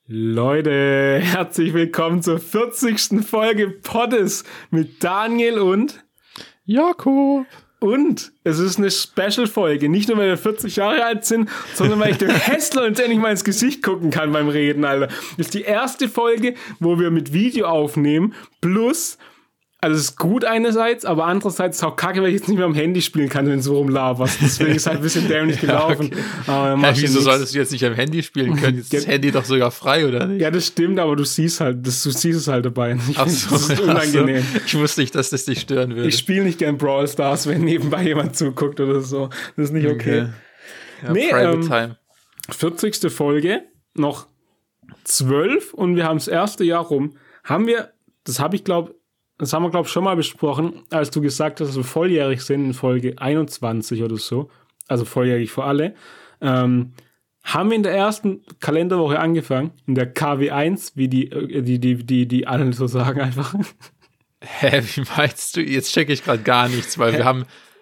Leute, herzlich willkommen zur 40. Folge Poddes mit Daniel und Jakob. Und es ist eine Special-Folge, nicht nur weil wir 40 Jahre alt sind, sondern weil ich dem Hässler uns endlich mal ins Gesicht gucken kann beim Reden, Alter. Das ist die erste Folge, wo wir mit Video aufnehmen, plus, also es ist gut einerseits, aber andererseits ist es auch kacke, weil ich jetzt nicht mehr am Handy spielen kann, wenn du so rumlaberst. Deswegen ist es halt ein bisschen dämlich gelaufen. Ja, okay. Wieso solltest du jetzt nicht am Handy spielen können? Jetzt ist das Handy doch sogar frei, oder nicht? Ja, das stimmt, aber du siehst es halt dabei. Das ist unangenehm. So. Ich wusste nicht, dass das dich stören würde. Ich spiele nicht gern Brawl Stars, wenn nebenbei jemand zuguckt oder so. Das ist nicht okay. Ja, nee, Private Time. 40. Folge, noch 12 und wir haben das erste Jahr rum. Das haben wir, glaube ich, schon mal besprochen, als du gesagt hast, dass wir volljährig sind in Folge 21 oder so. Also volljährig für alle. Haben wir in der ersten Kalenderwoche angefangen, in der KW1, wie die alle so sagen einfach. Hä, wie meinst du? Jetzt checke ich gerade gar nichts, weil wir haben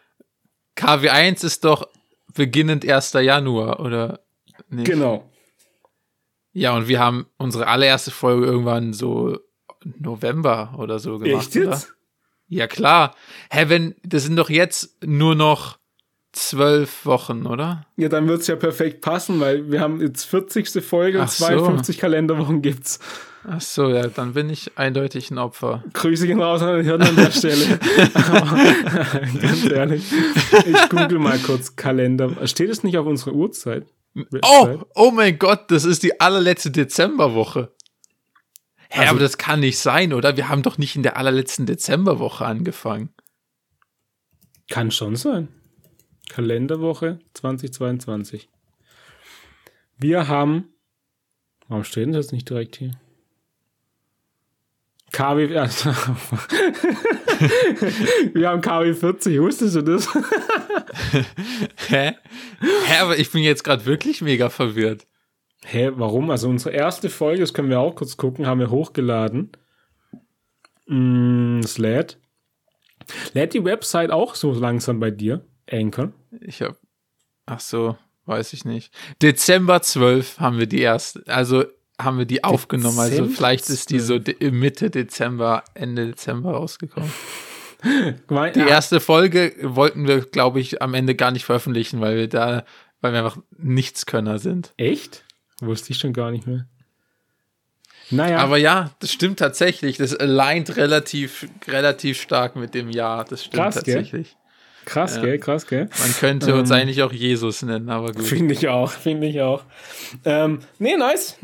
KW1 ist doch beginnend 1. Januar, oder nicht? Genau. Ja, und wir haben unsere allererste Folge irgendwann so November oder so gemacht. Echt jetzt? Oder? Ja, klar. Hä, das sind doch jetzt nur noch 12 Wochen, oder? Ja, dann wird's ja perfekt passen, weil wir haben jetzt 40. Folge und 52 Kalenderwochen gibt's. Ach so, ja, dann bin ich eindeutig ein Opfer. Grüße gehen raus an den Hirn an der Stelle. Aber, ganz ehrlich, ich google mal kurz Kalender. Steht es nicht auf unserer Uhrzeit? Oh mein Gott, das ist die allerletzte Dezemberwoche. Hä, also, aber das kann nicht sein, oder? Wir haben doch nicht in der allerletzten Dezemberwoche angefangen. Kann schon sein. Kalenderwoche 2022. Wir haben... Warum steht denn das nicht direkt hier? KW... Also, wir haben KW 40, wusstest du das? Hä, aber ich bin jetzt gerade wirklich mega verwirrt. Hä, warum? Also unsere erste Folge, das können wir auch kurz gucken, haben wir hochgeladen. Es lädt. Lädt die Website auch so langsam bei dir? Anchor? Ach so, weiß ich nicht. Dezember 12 haben wir die erste, also haben wir die aufgenommen. Also vielleicht ist die so Mitte Dezember, Ende Dezember rausgekommen. Die erste Folge wollten wir, glaube ich, am Ende gar nicht veröffentlichen, weil wir einfach Nichtskönner sind. Echt? Wusste ich schon gar nicht mehr. Naja. Aber ja, das stimmt tatsächlich. Das aligned relativ stark mit dem Jahr. Das stimmt krass, tatsächlich. Gell? Krass, gell? Krass, gell? Man könnte uns eigentlich auch Jesus nennen, aber gut. Finde ich auch. Nee, nice.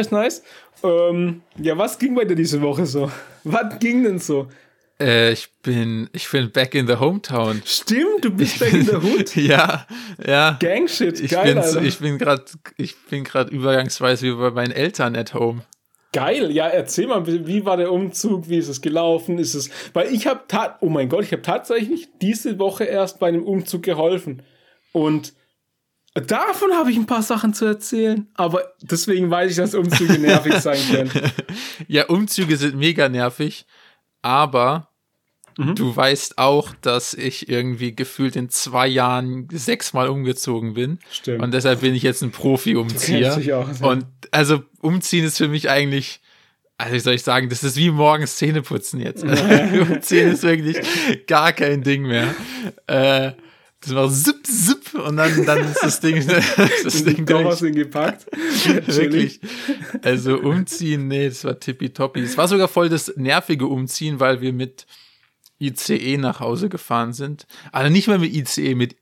Ja, was ging bei dir diese Woche so? Was ging denn so? Ich bin back in the hometown. Stimmt, du bist back in the hood? Ja. Gangshit, geil, Alter. Ich bin gerade übergangsweise wie bei meinen Eltern at home. Geil, ja, erzähl mal, wie war der Umzug, wie ist es gelaufen, weil ich habe tatsächlich diese Woche erst bei einem Umzug geholfen und davon habe ich ein paar Sachen zu erzählen, aber deswegen weiß ich, dass Umzüge nervig sein können. Ja, Umzüge sind mega nervig, aber du weißt auch, dass ich irgendwie gefühlt in 2 Jahren 6-mal umgezogen bin. Stimmt. Und deshalb bin ich jetzt ein Profi-Umzieher. Und also Umziehen ist für mich eigentlich, also wie soll ich sagen, das ist wie morgens Zähneputzen jetzt. Also, Umziehen ist wirklich gar kein Ding mehr. Das war zip und dann ist das Ding doch was gepackt. Wirklich. Also Umziehen, nee, das war tippitoppi. Es war sogar voll das nervige Umziehen, weil wir mit ICE nach Hause gefahren sind. Also nicht mal mit ICE, mit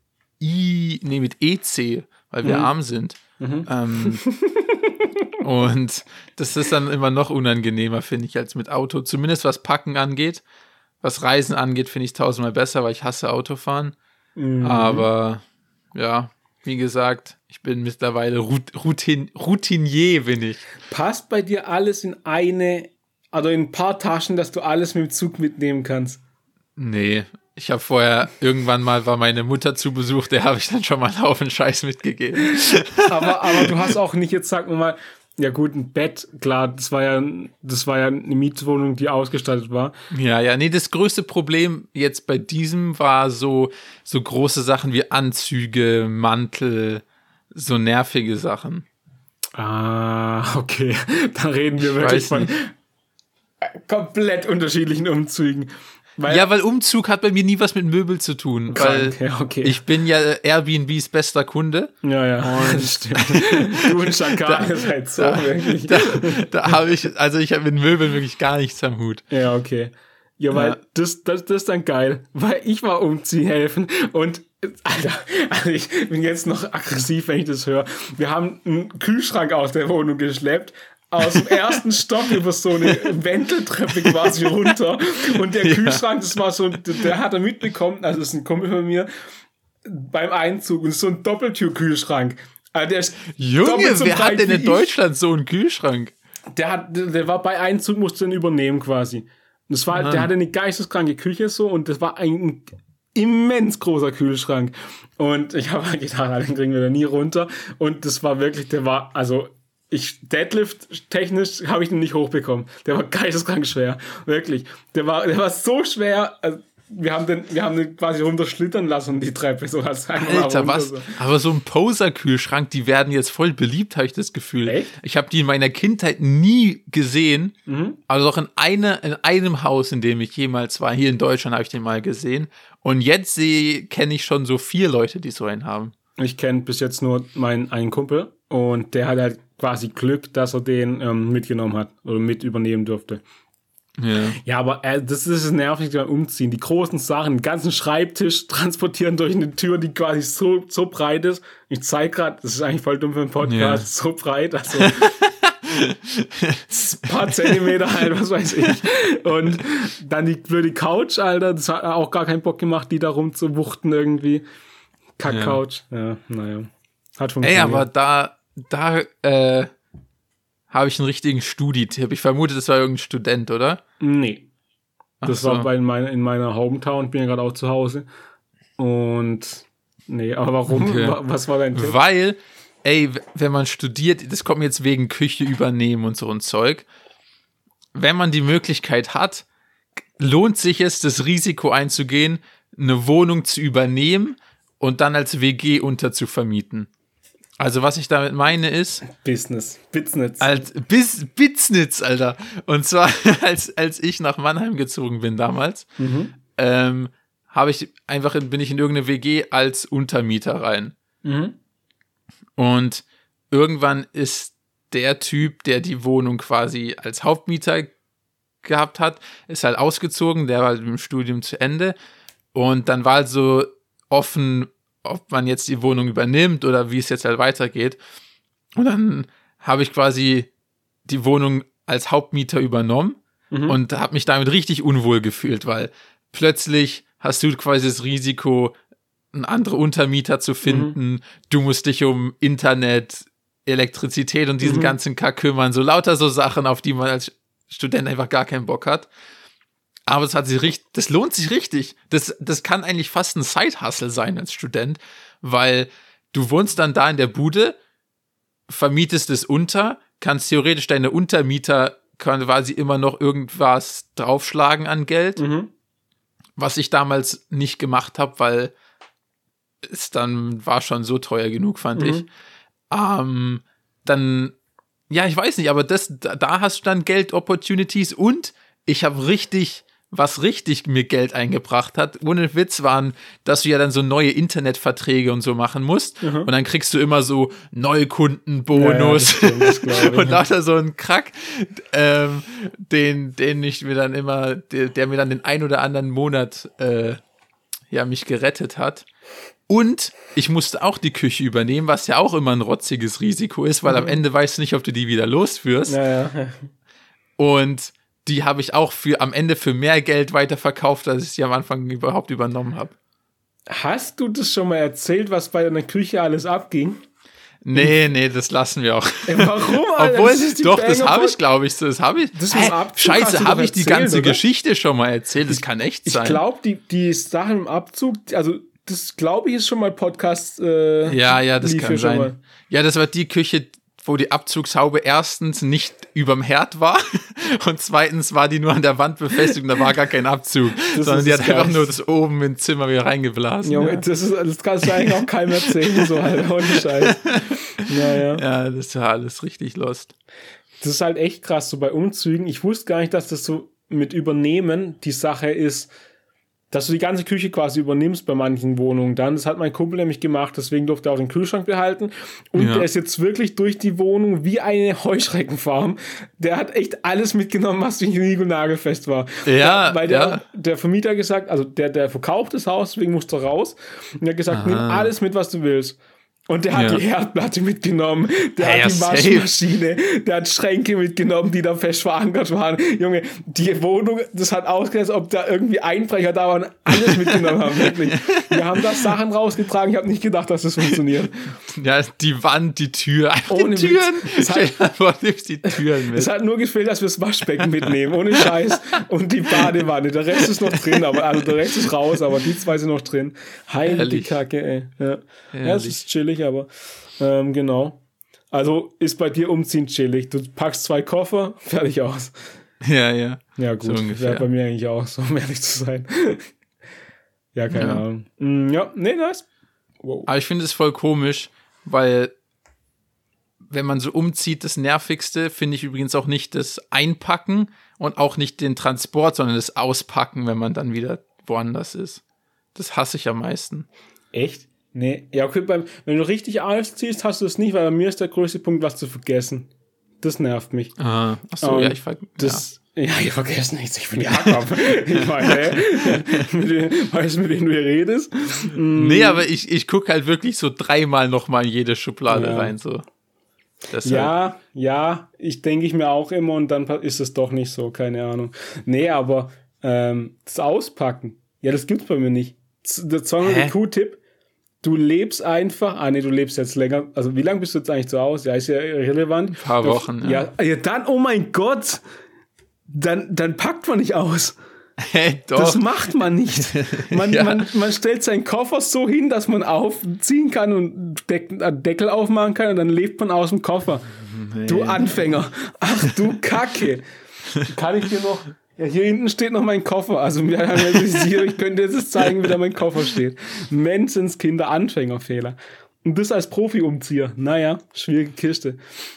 EC, weil wir arm sind. Und das ist dann immer noch unangenehmer, finde ich, als mit Auto. Zumindest was Packen angeht. Was Reisen angeht, finde ich 1000-mal besser, weil ich hasse Autofahren. Aber ja, wie gesagt, ich bin mittlerweile Routinier, bin ich. Passt bei dir alles in in ein paar Taschen, dass du alles mit dem Zug mitnehmen kannst? Nee, ich habe vorher, irgendwann mal war meine Mutter zu Besuch, der habe ich dann schon mal einen Haufen Scheiß mitgegeben. aber du hast auch nicht jetzt, sagen wir mal, ja gut, ein Bett, klar, das war ja eine Mietwohnung, die ausgestattet war. Ja, nee, das größte Problem jetzt bei diesem war so große Sachen wie Anzüge, Mantel, so nervige Sachen. Ah, okay. Dann reden wir wirklich von komplett unterschiedlichen Umzügen. Weil Umzug hat bei mir nie was mit Möbel zu tun. Krank, weil ich bin ja Airbnbs bester Kunde. Ja, das stimmt. Du und Schakal ist halt so wirklich. Da habe ich habe mit Möbeln wirklich gar nichts am Hut. Ja, okay. Ja, weil das ist dann geil. Weil ich war umziehen helfen und Alter, also ich bin jetzt noch aggressiv, wenn ich das höre. Wir haben einen Kühlschrank aus der Wohnung geschleppt, aus dem ersten Stock über so eine Wendeltreppe quasi runter. Und der Kühlschrank, das war so, der hat er mitbekommen, also das ist ein Kumpel von mir, beim Einzug. Und das ist so ein Doppeltür-Kühlschrank. Also der ist Junge, wer hat denn in Deutschland so einen Kühlschrank? Der war bei Einzug, musste den übernehmen quasi. Und das war, der hatte eine geisteskranke Küche so und das war ein immens großer Kühlschrank. Und ich habe halt gedacht, den kriegen wir da nie runter. Und das war wirklich, Deadlift-technisch habe ich den nicht hochbekommen. Der war geisteskrank schwer. Wirklich. Der war so schwer, also wir haben den quasi runterschlittern lassen, die Treppe. So als Alter, was? So. Aber so ein Poser-Kühlschrank, die werden jetzt voll beliebt, habe ich das Gefühl. Echt? Ich habe die in meiner Kindheit nie gesehen. Also auch in einem Haus, in dem ich jemals war, hier in Deutschland habe ich den mal gesehen. Und jetzt kenne ich schon so 4 Leute, die so einen haben. Ich kenne bis jetzt nur einen Kumpel und der hat halt quasi Glück, dass er den mitgenommen hat oder mit übernehmen durfte. Ja, aber das ist nervig beim Umziehen. Die großen Sachen, den ganzen Schreibtisch transportieren durch eine Tür, die quasi so breit ist. Ich zeige gerade, das ist eigentlich voll dumm für einen Podcast, so breit, also ein paar Zentimeter halt, was weiß ich. Und dann die blöde Couch, Alter, das hat auch gar keinen Bock gemacht, die da rumzuwuchten irgendwie. Kack-Couch. Ja, naja. Hat funktioniert. Ey, aber da habe ich einen richtigen Studi-Tipp. Ich vermute, das war irgendein Student, oder? Nee. Das war in meiner Hometown. Ich bin ja gerade auch zu Hause. Und nee, aber warum? Okay. Was war dein Tipp? Weil, wenn man studiert, das kommt mir jetzt wegen Küche übernehmen und so ein Zeug. Wenn man die Möglichkeit hat, lohnt sich es, das Risiko einzugehen, eine Wohnung zu übernehmen und dann als WG unterzuvermieten. Also was ich damit meine ist Biznitz. Biznitz, Alter. Und zwar, als ich nach Mannheim gezogen bin damals, bin ich in irgendeine WG als Untermieter rein. Und irgendwann ist der Typ, der die Wohnung quasi als Hauptmieter gehabt hat, ist halt ausgezogen, der war halt mit dem Studium zu Ende. Und dann war halt so offen, ob man jetzt die Wohnung übernimmt oder wie es jetzt halt weitergeht. Und dann habe ich quasi die Wohnung als Hauptmieter übernommen und habe mich damit richtig unwohl gefühlt, weil plötzlich hast du quasi das Risiko, einen anderen Untermieter zu finden. Du musst dich um Internet, Elektrizität und diesen ganzen Kack kümmern. So lauter so Sachen, auf die man als Student einfach gar keinen Bock hat. Aber das lohnt sich richtig. Das kann eigentlich fast ein Side-Hustle sein als Student, weil du wohnst dann da in der Bude, vermietest es unter, kannst theoretisch deine Untermieter quasi immer noch irgendwas draufschlagen an Geld, was ich damals nicht gemacht habe, weil es dann war schon so teuer genug, fand ich. Dann, ja, ich weiß nicht, aber da hast du dann Geld-Opportunities und ich habe was richtig mir Geld eingebracht hat, ohne Witz waren, dass du ja dann so neue Internetverträge und so machen musst und dann kriegst du immer so Neukundenbonus und lauter so ein Krack, den ich mir dann immer, der mir dann den ein oder anderen Monat mich gerettet hat. Und ich musste auch die Küche übernehmen, was ja auch immer ein rotziges Risiko ist, weil am Ende weißt du nicht, ob du die wieder losführst. Und die habe ich auch am Ende für mehr Geld weiterverkauft, als ich sie am Anfang überhaupt übernommen habe. Hast du das schon mal erzählt, was bei deiner Küche alles abging? Nee, das lassen wir auch. Warum, Alter? Obwohl, das habe ich, glaube ich. Scheiße, habe ich die ganze Geschichte schon mal erzählt? Das kann echt sein. Ich glaube, die Sachen im Abzug, also das glaube ich ist schon mal Podcast. Ja, das kann sein. Mal. Ja, das war die Küche, wo die Abzugshaube erstens nicht überm Herd war und zweitens war die nur an der Wand befestigt und da war gar kein Abzug, sondern die hat einfach nur das oben ins Zimmer wieder reingeblasen. Junge, das kannst du eigentlich auch keinem erzählen, so halt, ohne Scheiß. Ja, das war alles richtig lost. Das ist halt echt krass, so bei Umzügen. Ich wusste gar nicht, dass das so mit Übernehmen die Sache ist, dass du die ganze Küche quasi übernimmst bei manchen Wohnungen dann. Das hat mein Kumpel nämlich gemacht, deswegen durfte er auch den Kühlschrank behalten. Und der ist jetzt wirklich durch die Wohnung wie eine Heuschreckenfarm. Der hat echt alles mitgenommen, was nicht niegelnagelfest war. Ja, weil der Vermieter hat gesagt, also der verkauft das Haus, deswegen musst du raus. Und er hat gesagt, nimm alles mit, was du willst. Und der hat die Herdplatte mitgenommen, der hat die Waschmaschine, der hat Schränke mitgenommen, die da fest verankert waren. Junge, die Wohnung, das hat ausgesehen, als ob da irgendwie Einbrecher da waren, alles mitgenommen haben, wirklich. Wir haben da Sachen rausgetragen, ich habe nicht gedacht, dass das funktioniert. Ja, die Wand, die Tür, ohne die Türen. Nimmst die Türen mit. Es hat nur gefehlt, dass wir das Waschbecken mitnehmen, ohne Scheiß. Und die Badewanne, der Rest ist noch drin, also der Rest ist raus, aber die zwei sind noch drin. Heilige Kacke, ey. Ja, das ist chillig. Aber genau. Also ist bei dir Umziehen chillig. Du packst 2 Koffer, fertig aus. Ja. Ja, gut. So wäre bei mir eigentlich auch so, um ehrlich zu sein. Ja, keine Ahnung. Nice. Wow. Aber ich finde es voll komisch, weil wenn man so umzieht, das Nervigste finde ich übrigens auch nicht das Einpacken und auch nicht den Transport, sondern das Auspacken, wenn man dann wieder woanders ist. Das hasse ich am meisten. Echt? Nee, ja, okay, wenn du richtig ausziehst, hast du es nicht, weil bei mir ist der größte Punkt, was zu vergessen. Das nervt mich. Achso, ja, ich vergesse nichts, ich bin Jakob. Ich meine, weißt du, mit wem du hier redest? Nee, aber ich gucke halt wirklich so 3-mal nochmal in jede Schublade rein, so. Deshalb. Ja, ich denke mir auch immer und dann ist es doch nicht so, keine Ahnung. Nee, aber das Auspacken, ja, das gibt's bei mir nicht. Das war nur ein Q-Tipp. Du lebst einfach, du lebst jetzt länger, also wie lange bist du jetzt eigentlich zu Hause? Ja, ist ja irrelevant. Ein paar Wochen, ja, dann, oh mein Gott, dann packt man nicht aus. Doch. Das macht man nicht. Man stellt seinen Koffer so hin, dass man aufziehen kann und Deckel aufmachen kann und dann lebt man aus dem Koffer. Nee. Du Anfänger. Ach du Kacke. Kann ich dir noch... Ja, hier hinten steht noch mein Koffer. Also wir haben ja ich könnte jetzt zeigen, wie da mein Koffer steht. Menschenskinder, Anfängerfehler. Und das als Profi-Umzieher. Naja, schwierige Kiste.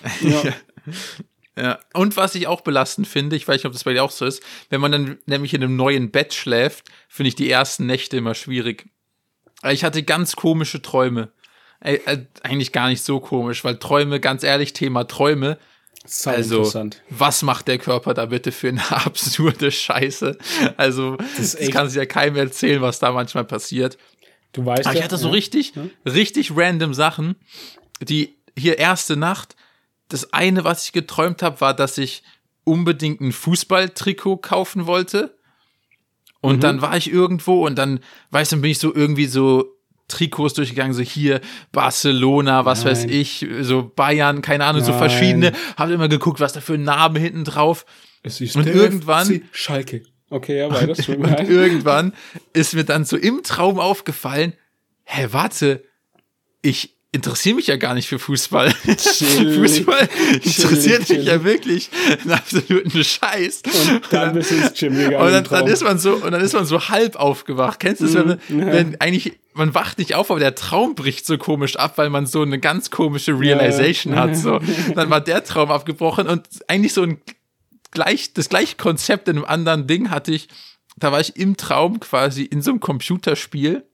Ja. Und was ich auch belastend finde, ich weiß nicht, ob das bei dir auch so ist, wenn man dann nämlich in einem neuen Bett schläft, finde ich die ersten Nächte immer schwierig. Ich hatte ganz komische Träume. Eigentlich gar nicht so komisch, weil Träume, ganz ehrlich, Thema Träume, also, was macht der Körper da bitte für eine absurde Scheiße? Also, das kann sich ja keinem erzählen, was da manchmal passiert. Du weißt aber ich hatte so richtig random Sachen, die hier erste Nacht, das eine, was ich geträumt habe, war, dass ich unbedingt ein Fußballtrikot kaufen wollte. Und dann war ich irgendwo und dann, dann bin ich so irgendwie so Trikots durchgegangen, so hier Barcelona, was weiß ich, so Bayern, keine Ahnung, so verschiedene. Hab immer geguckt, was da für Namen hinten drauf. Und irgendwann Schalke. Okay, ja, weiter. Und irgendwann ist mir dann so im Traum aufgefallen, warte, ich interessiere mich ja gar nicht für Fußball. Fußball interessiert mich ja wirklich einen absoluten Scheiß. Und dann bist du ins Gym gegangen. Und dann ist man so halb aufgewacht. Kennst du das, wenn eigentlich man wacht nicht auf, aber der Traum bricht so komisch ab, weil man so eine ganz komische Realization hat. So. Dann war der Traum abgebrochen und eigentlich so das gleiche Konzept in einem anderen Ding hatte ich. Da war ich im Traum quasi in so einem Computerspiel,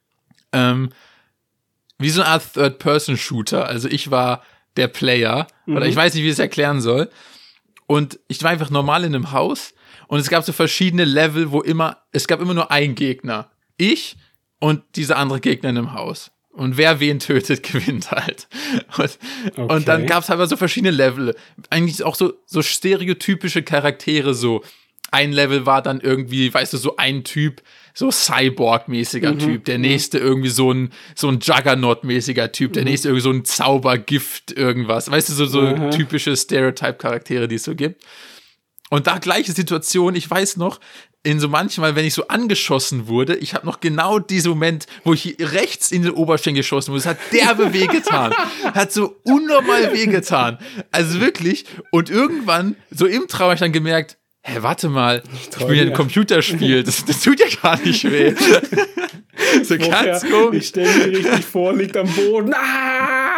wie so eine Art Third-Person-Shooter. Also ich war der Player, oder ich weiß nicht, wie ich es erklären soll. Und ich war einfach normal in einem Haus und es gab so verschiedene Level, es gab immer nur einen Gegner. Ich und dieser andere Gegner in einem Haus. Und wer wen tötet, gewinnt halt. Und dann gab es halt so verschiedene Level. Eigentlich auch so stereotypische Charaktere, so. Ein Level war dann irgendwie, so ein Typ, so Cyborg-mäßiger Typ. Der nächste irgendwie so ein Juggernaut-mäßiger Typ. Der nächste irgendwie so ein Zaubergift, irgendwas. So typische Stereotype-Charaktere, die es so gibt. Und da gleiche Situation, ich weiß noch, in so manchmal, wenn ich so angeschossen wurde, ich habe noch genau diesen Moment, wo ich rechts in den Oberschenkel geschossen wurde. Es hat derbe wehgetan. Hat so unnormal wehgetan. Also wirklich. Und irgendwann, so im Traum, habe ich dann gemerkt, warte mal, ich bin ja ein Computerspiel, das tut ja gar nicht weh. So ganz komisch. Ich stelle mir richtig vor, liegt am Boden.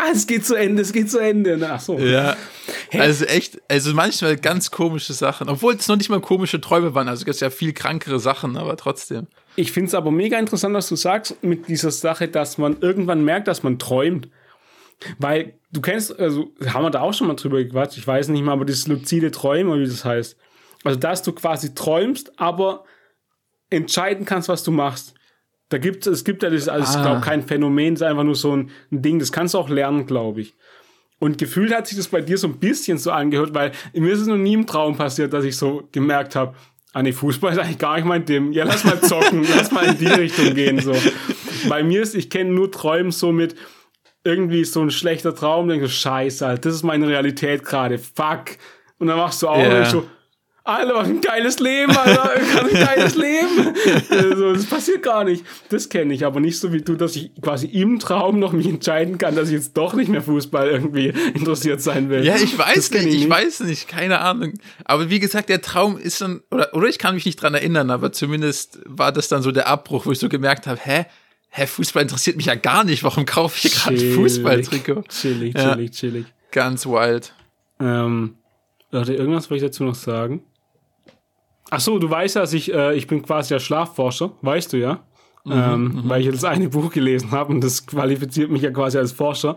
es geht zu Ende. Ach so. Ja, also echt, also manchmal ganz komische Sachen, obwohl es noch nicht mal komische Träume waren, also es gibt ja viel krankere Sachen, aber trotzdem. Ich finde es aber mega interessant, was du sagst mit dieser Sache, dass man irgendwann merkt, dass man träumt. Weil du kennst, also haben wir da auch schon mal drüber gequatscht, ich weiß nicht mal, aber dieses luzide Träumen, wie das heißt. Also, dass du quasi träumst, aber entscheiden kannst, was du machst. Es gibt ja das, also ich glaube, kein Phänomen, es ist einfach nur so ein Ding, das kannst du auch lernen, glaube ich. Und gefühlt hat sich das bei dir so ein bisschen so angehört, weil mir ist es noch nie im Traum passiert, dass ich so gemerkt habe, Fußball ist eigentlich gar nicht mein Ding. Ja, lass mal zocken, lass mal in die Richtung gehen, so. Bei mir ich kenne nur Träumen so mit irgendwie so ein schlechter Traum, denke ich so, scheiße, Alter, das ist meine Realität gerade, fuck. Und dann machst du auch und so, Alter, was ein geiles Leben, Alter, was ein geiles Leben. Also, das passiert gar nicht. Das kenne ich, aber nicht so wie du, dass ich quasi im Traum noch mich entscheiden kann, dass ich jetzt doch nicht mehr Fußball irgendwie interessiert sein will. Ja, ich weiß nicht, keine Ahnung. Aber wie gesagt, der Traum ist dann, oder ich kann mich nicht dran erinnern, aber zumindest war das dann so der Abbruch, wo ich so gemerkt habe, Fußball interessiert mich ja gar nicht, warum kaufe ich gerade ein Fußballtrikot? Chillig. Ganz wild. Leute, irgendwas wollte ich dazu noch sagen. Ach so, du weißt ja, dass ich bin quasi der Schlafforscher, weißt du ja? Weil ich das eine Buch gelesen habe und das qualifiziert mich ja quasi als Forscher.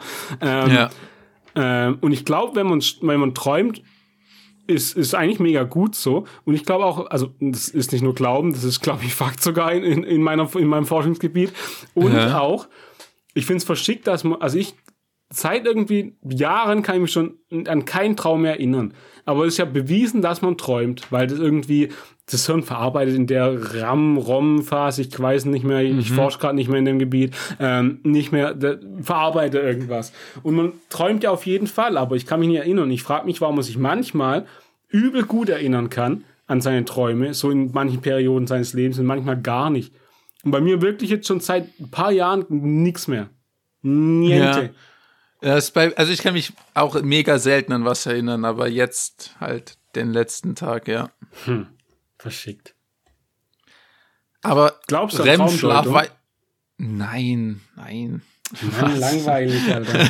Und ich glaube, wenn man träumt, ist eigentlich mega gut so. Und ich glaube auch, also das ist nicht nur Glauben, das ist, glaube ich, Fakt sogar in meinem Forschungsgebiet. Und auch, ich finde es verschickt, dass man, also ich seit irgendwie Jahren kann ich mich schon an keinen Traum mehr erinnern. Aber es ist ja bewiesen, dass man träumt, weil das irgendwie das Hirn verarbeitet in der ROM-Phase, ich weiß nicht mehr, ich forsche gerade nicht mehr in dem Gebiet, nicht mehr, verarbeite irgendwas. Und man träumt ja auf jeden Fall, aber ich kann mich nicht erinnern. Ich frage mich, warum man sich manchmal übel gut erinnern kann an seine Träume, so in manchen Perioden seines Lebens und manchmal gar nicht. Und bei mir wirklich jetzt schon seit ein paar Jahren nichts mehr. Niente. Ja. Also ich kann mich auch mega selten an was erinnern, aber jetzt halt den letzten Tag, ja. Verschickt. Aber glaubst du an REM-Schlaf war... Nein. Mann, langweilig, Alter.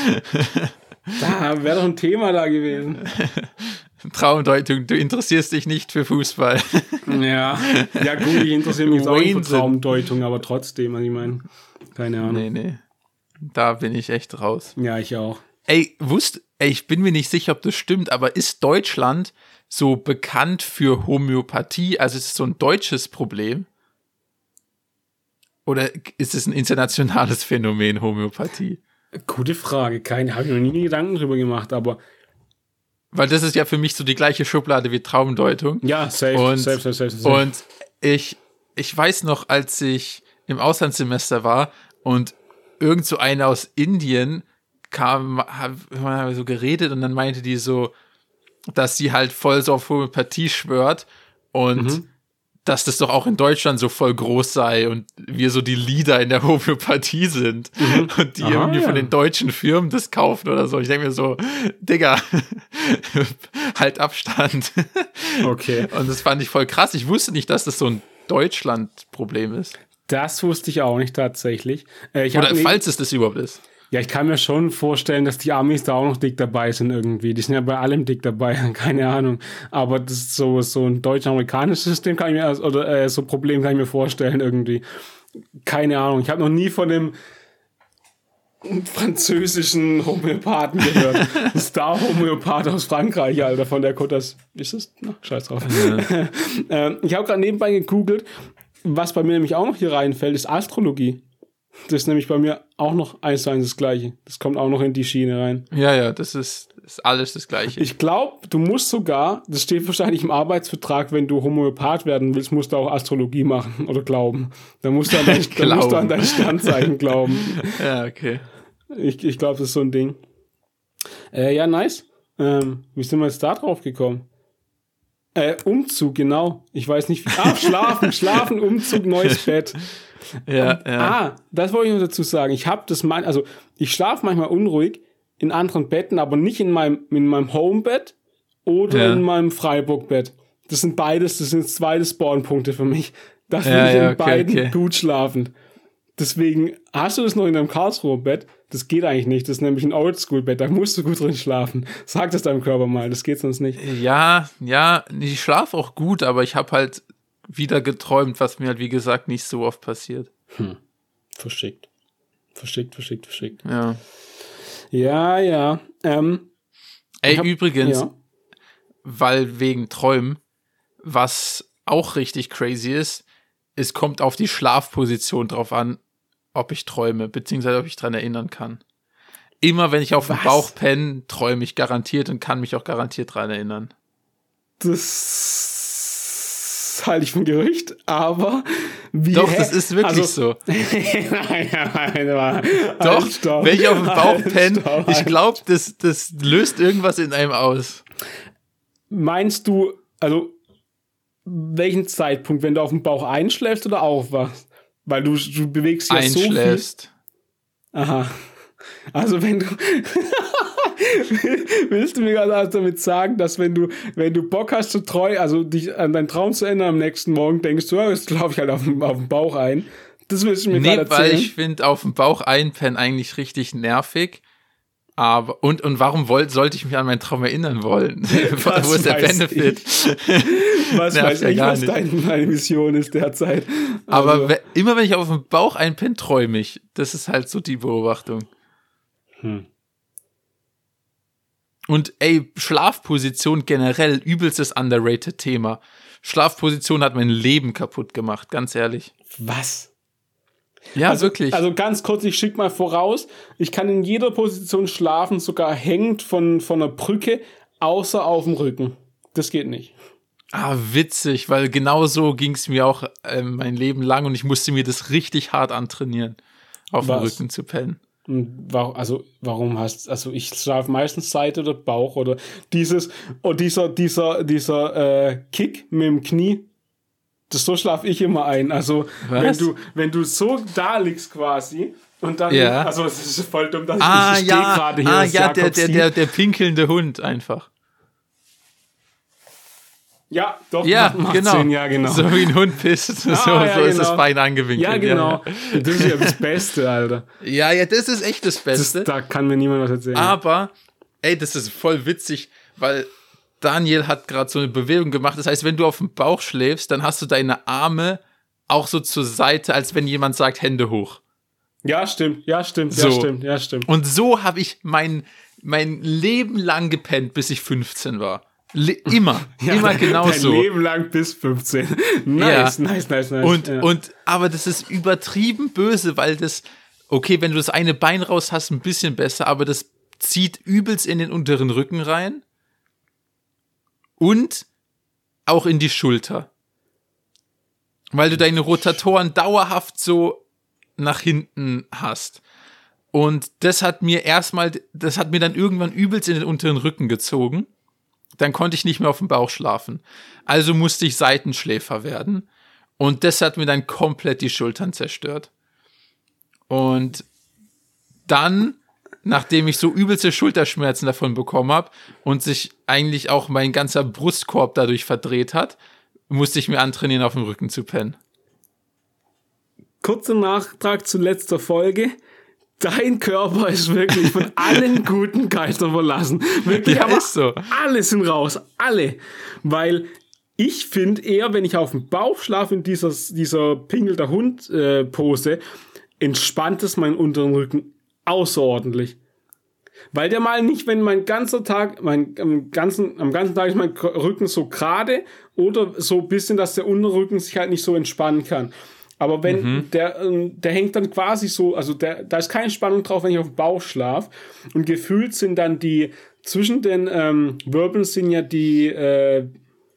Da wäre doch ein Thema da gewesen. Traumdeutung, du interessierst dich nicht für Fußball. Ja gut, ich interessiere mich jetzt auch nicht für Traumdeutung, aber trotzdem, also ich meine, keine Ahnung. Nee. Da bin ich echt raus. Ja, ich auch. Ich bin mir nicht sicher, ob das stimmt, aber ist Deutschland so bekannt für Homöopathie? Also ist es so ein deutsches Problem? Oder ist es ein internationales Phänomen, Homöopathie? Gute Frage. Habe ich noch nie Gedanken drüber gemacht, aber... Weil das ist ja für mich so die gleiche Schublade wie Traumdeutung. Ja, safe. Und ich weiß noch, als ich im Auslandssemester war und irgend so einer aus Indien kam, haben so geredet und dann meinte die so, dass sie halt voll so auf Homöopathie schwört und dass das doch auch in Deutschland so voll groß sei und wir so die Leader in der Homöopathie sind und die irgendwie von den deutschen Firmen das kaufen oder so. Ich denke mir so, Digga, halt Abstand. Okay. Und das fand ich voll krass. Ich wusste nicht, dass das so ein Deutschland-Problem ist. Das wusste ich auch nicht tatsächlich. Falls es das überhaupt ist. Ja, ich kann mir schon vorstellen, dass die Amis da auch noch dick dabei sind irgendwie. Die sind ja bei allem dick dabei, keine Ahnung. Aber das ist so ein deutsch-amerikanisches System, so Problem kann ich mir vorstellen irgendwie. Keine Ahnung. Ich habe noch nie von dem französischen Homöopathen gehört. Star-Homöopath aus Frankreich, Alter, von der Côte d'Azur. Ist es? Na, scheiß drauf. Ja. Ich habe gerade nebenbei gegoogelt. Was bei mir nämlich auch noch hier reinfällt, ist Astrologie. Das ist nämlich bei mir auch noch 1:1 das Gleiche. Das kommt auch noch in die Schiene rein. Ja, das ist alles das Gleiche. Ich glaube, du musst sogar, das steht wahrscheinlich im Arbeitsvertrag, wenn du Homöopath werden willst, musst du auch Astrologie machen oder glauben. Da musst du an dein Sternzeichen glauben. Ja, okay. Ich glaube, das ist so ein Ding. Ja, nice. Wie sind wir jetzt da drauf gekommen? Umzug, genau. Ich weiß nicht. Schlafen, Umzug, neues Bett. Ja. Das wollte ich noch dazu sagen. Ich schlafe manchmal unruhig in anderen Betten, aber nicht in meinem Homebett oder in meinem Freiburg-Bett. Das sind zwei Spawnpunkte für mich. Das will ich in beiden gut schlafen. Deswegen hast du das noch in deinem Karlsruher Bett. Das geht eigentlich nicht. Das ist nämlich ein Oldschool-Bett. Da musst du gut drin schlafen. Sag das deinem Körper mal. Das geht sonst nicht. Ja, ich schlafe auch gut, aber ich habe halt wieder geträumt, was mir halt, wie gesagt, nicht so oft passiert. Verschickt. Ja. Ja. Übrigens, weil wegen Träumen, was auch richtig crazy ist, es kommt auf die Schlafposition drauf an, ob ich träume, beziehungsweise ob ich dran erinnern kann. Immer wenn ich auf dem Bauch penne, träume ich garantiert und kann mich auch garantiert dran erinnern. Das halte ich für ein Gerücht, aber Doch, das ist wirklich so. Doch, wenn ich auf dem Bauch penne, ich glaube, das löst irgendwas in einem aus. Meinst du, also welchen Zeitpunkt, wenn du auf dem Bauch einschläfst oder aufwachst? Weil du bewegst ja so viel. Einschläfst. Aha. Also wenn du willst du mir gerade damit sagen, dass wenn du Bock hast zu also dich an deinen Traum zu ändern am nächsten Morgen, denkst du, jetzt laufe ich halt auf dem Bauch ein. Das willst du mir gerade erzählen? Weil ich finde auf dem Bauch einpennen eigentlich richtig nervig. Aber und warum sollte ich mich an meinen Traum erinnern wollen? Wo ist der Benefit? Was weiß ich, was deine Mission ist derzeit. Also. Aber immer wenn ich auf dem Bauch einpenne, träume ich. Das ist halt so die Beobachtung. Und Schlafposition generell übelstes underrated Thema. Schlafposition hat mein Leben kaputt gemacht, ganz ehrlich. Was? Ja, also, wirklich. Also ganz kurz, ich schicke mal voraus, ich kann in jeder Position schlafen, sogar hängend von einer Brücke, außer auf dem Rücken. Das geht nicht. Witzig, weil genau so ging es mir auch mein Leben lang und ich musste mir das richtig hart antrainieren, auf dem Rücken zu pennen. Warum ich schlafe meistens Seite oder Bauch oder dieser Kick mit dem Knie. So schlafe ich immer ein. Also, wenn du so da liegst quasi und dann, also es ist voll dumm, dass ich stehe gerade hier. Der pinkelnde Hund einfach. Ja, doch, macht genau. Sinn, ja, genau. So wie ein Hund pisst, so ist das Bein angewinkelt. Ja, genau. Ja. Das ist ja das Beste, Alter. Ja, das ist echt das Beste. Da kann mir niemand was erzählen. Aber, das ist voll witzig, weil Daniel hat gerade so eine Bewegung gemacht. Das heißt, wenn du auf dem Bauch schläfst, dann hast du deine Arme auch so zur Seite, als wenn jemand sagt, Hände hoch. Ja, stimmt. So. Und so habe ich mein Leben lang gepennt, bis ich 15 war. Immer genauso. Dein Leben lang bis 15. Nice. Aber das ist übertrieben böse, weil okay, wenn du das eine Bein raus hast, ein bisschen besser, aber das zieht übelst in den unteren Rücken rein. Und auch in die Schulter. Weil du deine Rotatoren dauerhaft so nach hinten hast. Und das hat mir dann irgendwann übelst in den unteren Rücken gezogen. Dann konnte ich nicht mehr auf dem Bauch schlafen. Also musste ich Seitenschläfer werden. Und das hat mir dann komplett die Schultern zerstört. Und dann, nachdem ich so übelste Schulterschmerzen davon bekommen habe und sich eigentlich auch mein ganzer Brustkorb dadurch verdreht hat, musste ich mir antrainieren, auf dem Rücken zu pennen. Kurzer Nachtrag zu letzter Folge. Dein Körper ist wirklich von allen guten Geistern verlassen. Wirklich, ja, ist so. Alle sind raus. Alle. Weil ich finde eher, wenn ich auf dem Bauch schlafe in dieser Pingel der Hund Pose, entspannt es meinen unteren Rücken außerordentlich. Weil der mal nicht, wenn am ganzen Tag ist mein Rücken so gerade oder so ein bisschen, dass der Unterrücken sich halt nicht so entspannen kann. Aber wenn der hängt dann quasi so, also da ist keine Spannung drauf, wenn ich auf dem Bauch schlafe. Und gefühlt sind dann zwischen den Wirbeln sind ja diese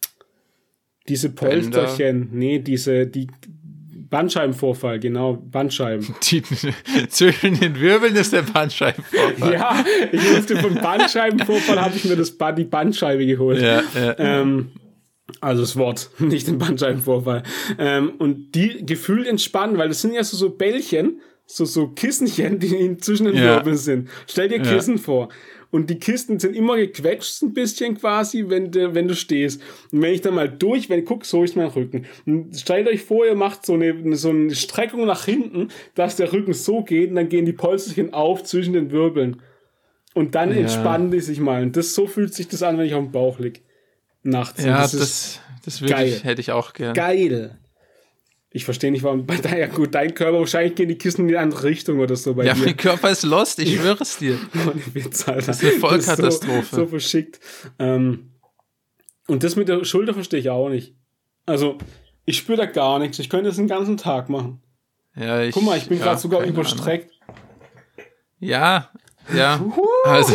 Polsterchen, die Bandscheibenvorfall, genau, Bandscheiben. Zwischen den Wirbeln ist der Bandscheibenvorfall. Ja, ich wusste, vom Bandscheibenvorfall habe ich mir die Bandscheibe geholt. Ja. Also das Wort, nicht den Bandscheibenvorfall. Und die gefühlt entspannen, weil das sind ja so Bällchen, so Kissenchen, die zwischen den Wirbeln sind. Stell dir Kissen vor. und die Kisten sind immer gequetscht ein bisschen quasi, wenn du stehst. Und wenn ich dann mal guck, so ist mein Rücken. Und stellt euch vor, ihr macht so eine Streckung nach hinten, dass der Rücken so geht und dann gehen die Polsterchen auf zwischen den Wirbeln. Und dann entspannen die sich mal. Und so fühlt sich das an, wenn ich auf dem Bauch lieg. Nachts. Ja, das wirklich hätte ich auch gern. Geil. Ich verstehe nicht, warum dein Körper, wahrscheinlich gehen die Kissen in die andere Richtung oder so bei dir. Ja, mein Körper ist lost, ich schwöre es dir. Ohne Witz, Alter. Das ist eine Vollkatastrophe. So verschickt. Und das mit der Schulter verstehe ich auch nicht. Also, ich spüre da gar nichts. Ich könnte das den ganzen Tag machen. Ja, guck mal, ich bin gerade sogar überstreckt. Ja. Also.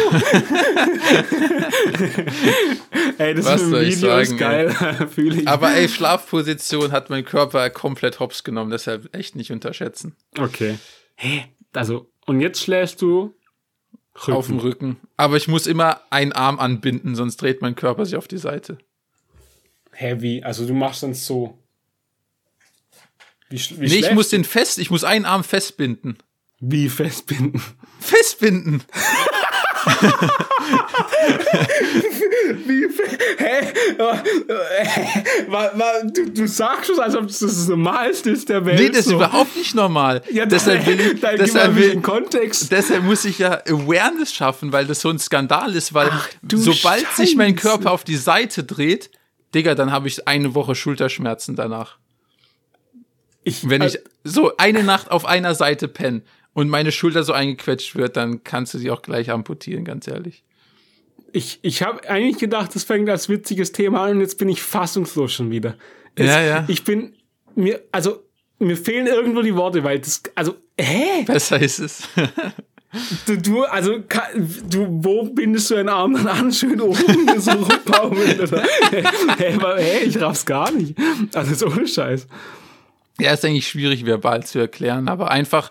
Ey, das ist im Video ist geil. Fühle ich. Aber Schlafposition hat mein Körper komplett hops genommen, deshalb echt nicht unterschätzen. Okay. Also, und jetzt schläfst du auf dem Rücken. Aber ich muss immer einen Arm anbinden, sonst dreht mein Körper sich auf die Seite. Wie? Also du machst dann so. Wie ich muss einen Arm festbinden. Wie festbinden? Festbinden! Du sagst schon, als ob das das Normalste ist der Welt. Nee, das ist überhaupt nicht normal. Ja, deshalb muss ich ja Awareness schaffen, weil das so ein Skandal ist, weil sobald sich mein Körper auf die Seite dreht, Digga, dann habe ich eine Woche Schulterschmerzen danach. Wenn ich so eine Nacht auf einer Seite penne und meine Schulter so eingequetscht wird, dann kannst du sie auch gleich amputieren, ganz ehrlich. Ich habe eigentlich gedacht, das fängt als witziges Thema an und jetzt bin ich fassungslos schon wieder. Ja. Mir fehlen irgendwo die Worte, weil Besser ist es. Wo bindest du einen Arm dann an? Schön oben, so rumbaumeln, oder? Ich raff's gar nicht. Also so ohne Scheiß. Ja, ist eigentlich schwierig verbal zu erklären, aber einfach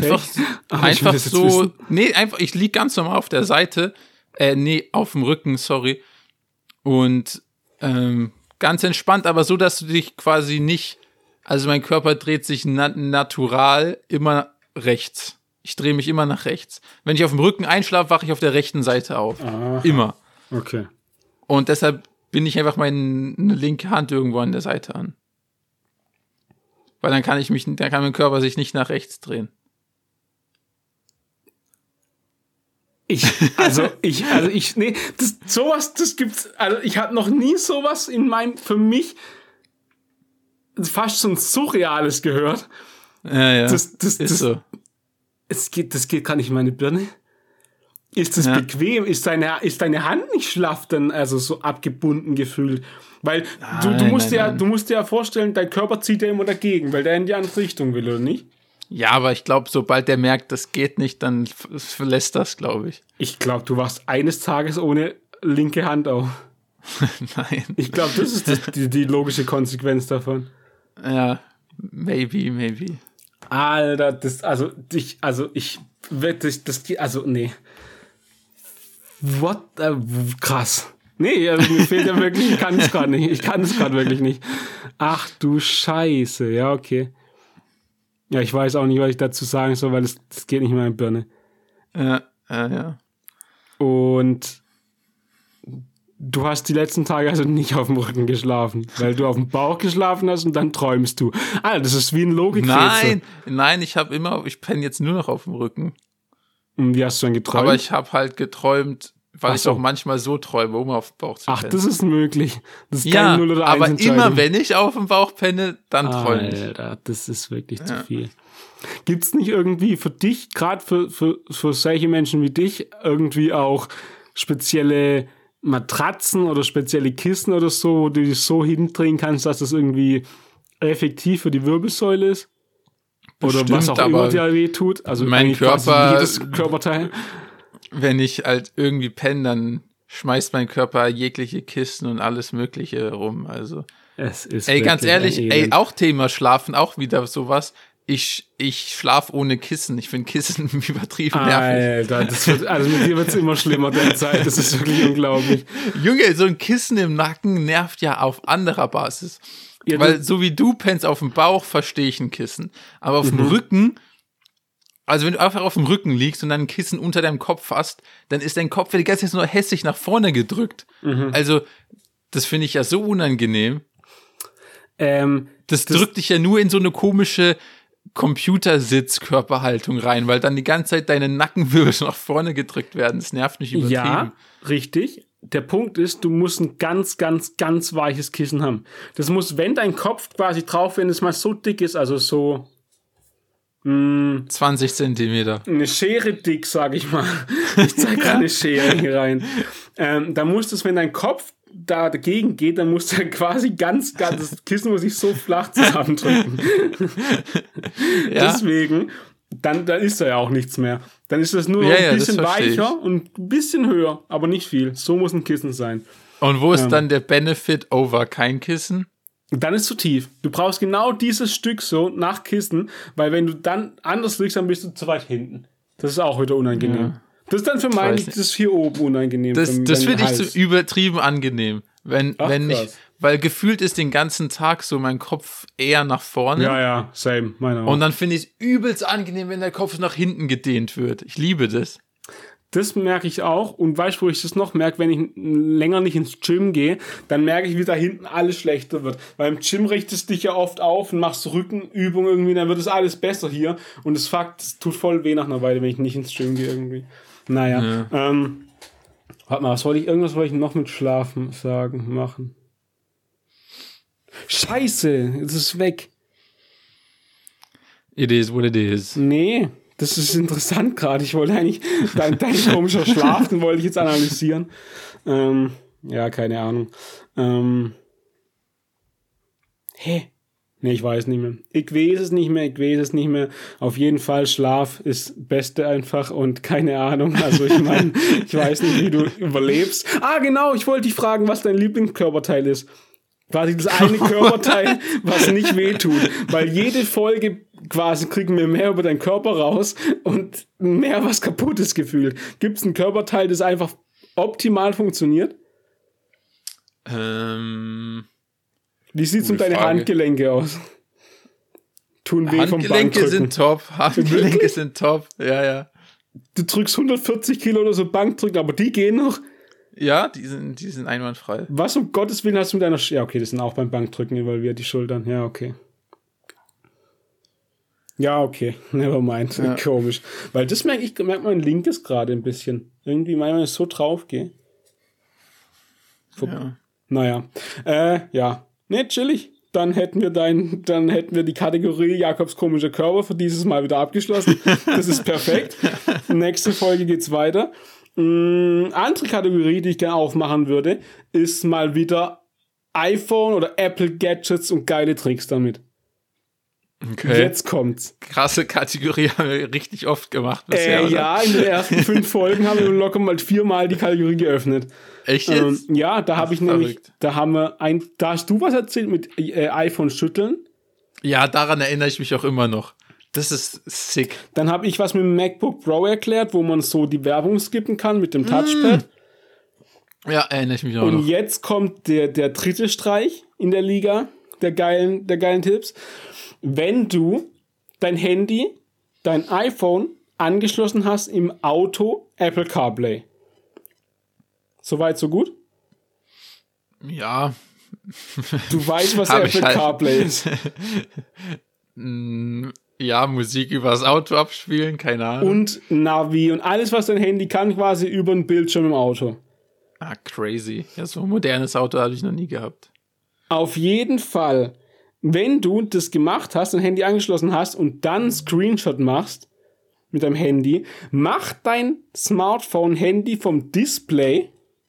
ich lieg ganz normal auf der Seite, auf dem Rücken, sorry, und ganz entspannt, aber so, dass du dich quasi nicht, also mein Körper dreht sich natural immer rechts. Ich drehe mich immer nach rechts. Wenn ich auf dem Rücken einschlafe, wache ich auf der rechten Seite auf. Aha. Immer. Okay. Und deshalb binde ich einfach meine linke Hand irgendwo an der Seite an. Weil dann kann mein Körper sich nicht nach rechts drehen. Das gibt's, also ich habe noch nie sowas für mich fast so ein Surreales gehört. Ja. Das ist so. Das geht gar nicht in meine Birne. Ist das bequem? Ist deine Hand nicht schlaff dann, also so abgebunden gefühlt? Weil du musst dir ja vorstellen, dein Körper zieht ja immer dagegen, weil der in die andere Richtung will, oder nicht? Ja, aber ich glaube, sobald der merkt, das geht nicht, dann verlässt das, glaube ich. Ich glaube, du wachst eines Tages ohne linke Hand auf. Nein. Ich glaube, das ist die logische Konsequenz davon. Ja, maybe. Alter, nee. What? Krass. Nee, also mir fehlt ja wirklich, ich kann es gerade nicht. Ich kann es gerade wirklich nicht. Ach du Scheiße, ja, okay. Ja, ich weiß auch nicht, was ich dazu sagen soll, weil das geht nicht in meine Birne. Ja. Und du hast die letzten Tage also nicht auf dem Rücken geschlafen, weil du auf dem Bauch geschlafen hast und dann träumst du. Alter, das ist wie ein Logikrätsel. Nein, ich penne jetzt nur noch auf dem Rücken. Und wie hast du dann geträumt? Aber ich habe halt geträumt, weil ich auch manchmal so träume, um auf dem Bauch zu pennen. Ach, das ist möglich. Das ist keine 0 oder 1 aber Entscheidung. immer wenn ich auf dem Bauch penne, dann träume ich. Alter, das ist wirklich zu viel. Gibt's nicht irgendwie für dich, gerade für solche Menschen wie dich, irgendwie auch spezielle Matratzen oder spezielle Kissen oder so, wo du dich so hindrehen kannst, dass das irgendwie effektiv für die Wirbelsäule ist? Oder was auch immer dir weh tut? Also mein Körper, jedes Körperteil. Wenn ich halt irgendwie penne, dann schmeißt mein Körper jegliche Kissen und alles Mögliche rum. Also, es ist ganz ehrlich, auch Thema Schlafen, auch wieder sowas. Ich schlafe ohne Kissen. Ich finde Kissen übertrieben nervig. Alter, also mit dir wird es immer schlimmer derzeit. Das ist wirklich unglaublich. Junge, so ein Kissen im Nacken nervt ja auf anderer Basis. Ja, weil so wie du pennst auf dem Bauch, verstehe ich ein Kissen. Aber auf dem Rücken, Also wenn du einfach auf dem Rücken liegst und dann ein Kissen unter deinem Kopf hast, dann ist dein Kopf die ganze Zeit nur hässlich nach vorne gedrückt. Also das finde ich ja so unangenehm. Das drückt dich ja nur in so eine komische Computersitzkörperhaltung rein, weil dann die ganze Zeit deine Nackenwirbel nach vorne gedrückt werden. Das nervt mich übertrieben. Ja, richtig. Der Punkt ist, du musst ein ganz, ganz, ganz weiches Kissen haben. Das muss, wenn dein Kopf quasi drauf, wenn es mal so dick ist, also so 20 Zentimeter. Eine Schere dick, sag ich mal. Ich zeig gerade eine Schere hier rein. Da muss das, wenn dein Kopf da dagegen geht, dann muss der quasi ganz, das Kissen muss sich so flach zusammendrücken. Deswegen, dann ist da ja auch nichts mehr. Dann ist das nur ein bisschen weicher und ein bisschen höher, aber nicht viel. So muss ein Kissen sein. Und wo ist dann der Benefit over kein Kissen? Dann ist zu tief. Du brauchst genau dieses Stück so nach Kissen, weil wenn du dann anders liegst, dann bist du zu weit hinten. Das ist auch wieder unangenehm. Ja. Das ist dann für mich das hier oben unangenehm. Das finde ich so übertrieben angenehm. Weil gefühlt ist den ganzen Tag so mein Kopf eher nach vorne. Ja, same, meiner auch. Und dann finde ich es übelst angenehm, wenn der Kopf nach hinten gedehnt wird. Ich liebe das. Das merke ich auch. Und weißt du, wo ich das noch merke? Wenn ich länger nicht ins Gym gehe, dann merke ich, wie da hinten alles schlechter wird. Weil im Gym richtest du dich ja oft auf und machst Rückenübungen irgendwie, dann wird es alles besser hier. Und das tut voll weh nach einer Weile, wenn ich nicht ins Gym gehe irgendwie. Naja. Warte mal, irgendwas wollte ich noch mit Schlafen machen. Scheiße, es ist weg. It is what it is. Nee. Das ist interessant gerade. Ich wollte eigentlich dein komischer Schlaf, den wollte ich jetzt analysieren. Ja, keine Ahnung. Nee, ich weiß nicht mehr. Ich weiß es nicht mehr. Auf jeden Fall, Schlaf ist Beste einfach und keine Ahnung. Also ich meine, ich weiß nicht, wie du überlebst. Genau, ich wollte dich fragen, was dein Lieblingskörperteil ist. Quasi das eine Körperteil, was nicht wehtut. Weil jede Folge quasi kriegen wir mehr über deinen Körper raus und mehr was Kaputtes gefühlt. Gibt es ein Körperteil, das einfach optimal funktioniert? Wie sieht es um deine Handgelenke aus? Tun weh vom Bankdrücken. Handgelenke sind top. Ja. Du drückst 140 Kilo oder so Bankdrücken, aber die gehen noch. Ja, die sind einwandfrei. Was um Gottes Willen hast du mit deiner... Ja, okay, das sind auch beim Bankdrücken involviert, die Schultern. Ja, okay. Nevermind. Ja. Komisch. Weil das merkt mein linkes gerade ein bisschen. Irgendwie, wenn ich so drauf gehe. Ja. Naja. Ne, chillig. Dann hätten wir die Kategorie Jakobs komischer Körper für dieses Mal wieder abgeschlossen. Das ist perfekt. Nächste Folge geht's weiter. Andere Kategorie, die ich gerne aufmachen würde, ist mal wieder iPhone oder Apple Gadgets und geile Tricks damit. Okay. Jetzt kommt's. Krasse Kategorie haben wir richtig oft gemacht bisher, oder? Ja, in den ersten 5 Folgen haben wir locker mal 4-mal die Kategorie geöffnet. Echt jetzt? Ja, da habe ich nämlich, da hast du was erzählt mit iPhone schütteln? Ja, daran erinnere ich mich auch immer noch. Das ist sick. Dann habe ich was mit dem MacBook Pro erklärt, wo man so die Werbung skippen kann mit dem Touchpad. Ja, erinnere ich mich auch noch. Und noch. jetzt kommt der dritte Streich in der Liga der geilen Tipps. Wenn du dein Handy, dein iPhone angeschlossen hast im Auto Apple CarPlay. Soweit, so gut? Ja. Du weißt, was Apple CarPlay ist. Ja, Musik übers Auto abspielen, keine Ahnung. Und Navi und alles, was dein Handy kann, quasi über den Bildschirm im Auto. Crazy. Ja, so ein modernes Auto habe ich noch nie gehabt. Auf jeden Fall, wenn du das gemacht hast, dein Handy angeschlossen hast und dann einen Screenshot machst mit deinem Handy, mach dein Smartphone-Handy vom Display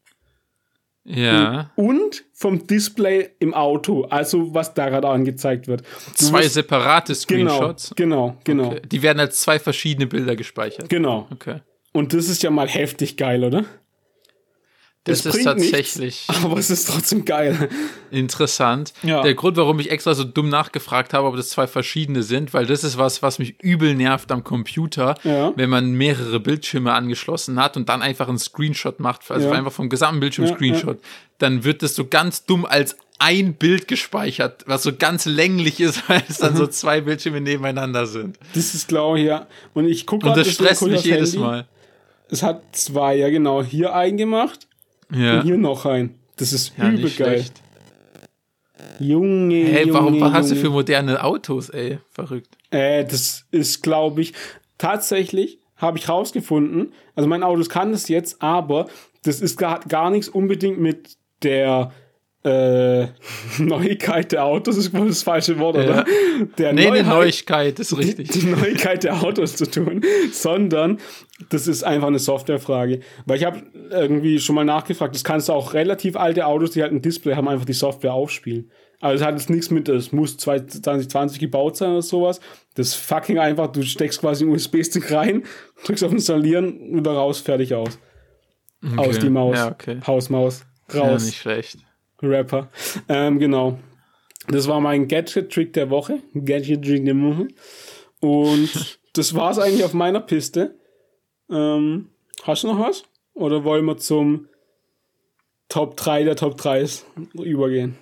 und vom Display im Auto, also was da gerade angezeigt wird. 2 separate Screenshots? Genau. Okay. Die werden als 2 verschiedene Bilder gespeichert? Genau. Okay. Und das ist ja mal heftig geil, oder? Das ist tatsächlich nichts, aber es ist trotzdem geil. Interessant. Ja. Der Grund, warum ich extra so dumm nachgefragt habe, ob das 2 verschiedene sind, weil das ist was mich übel nervt am Computer, wenn man mehrere Bildschirme angeschlossen hat und dann einfach einen Screenshot macht, also einfach vom gesamten Bildschirm Screenshot, dann wird das so ganz dumm als ein Bild gespeichert, was so ganz länglich ist, weil es dann so 2 Bildschirme nebeneinander sind. Das ist, glaube ich, ja. Und ich gucke und das stresst mich jedes Mal. Es hat 2, ja genau, hier eingemacht und hier noch ein. Das ist übel geil. Junge, hey, was hast du für moderne Autos, ey? Verrückt. Das ist, glaube ich, tatsächlich, habe ich rausgefunden, also mein Auto kann das jetzt, aber das ist gar nichts unbedingt mit der Neuigkeit der Autos, ist wohl das falsche Wort, oder? Die Neuigkeit ist richtig. Die Neuigkeit der Autos zu tun, sondern das ist einfach eine Softwarefrage. Weil ich habe irgendwie schon mal nachgefragt, das kannst du auch relativ alte Autos, die halt ein Display haben, einfach die Software aufspielen. Also es hat jetzt nichts mit, es muss 2020 gebaut sein oder sowas. Das fucking einfach, du steckst quasi einen USB-Stick rein, drückst auf Installieren, wieder raus, fertig aus. Okay. Aus die Maus. Ja, okay. Hausmaus. Raus. Ja, nicht schlecht. Rapper. Genau. Das war mein Gadget-Trick der Woche. Gadget-Trick der Woche. Und das war's eigentlich auf meiner Piste. Hast du noch was? Oder wollen wir zum Top 3 der Top 3s übergehen?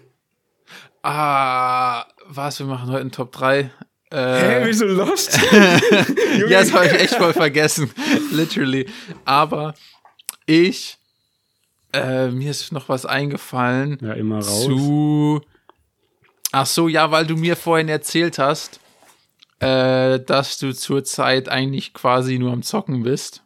Was? Wir machen heute einen Top 3. Wieso Lost? Ja, das habe ich echt voll vergessen. Literally. Aber mir ist noch was eingefallen. Ja, immer raus. Ach so, ja, weil du mir vorhin erzählt hast, dass du zurzeit eigentlich quasi nur am Zocken bist.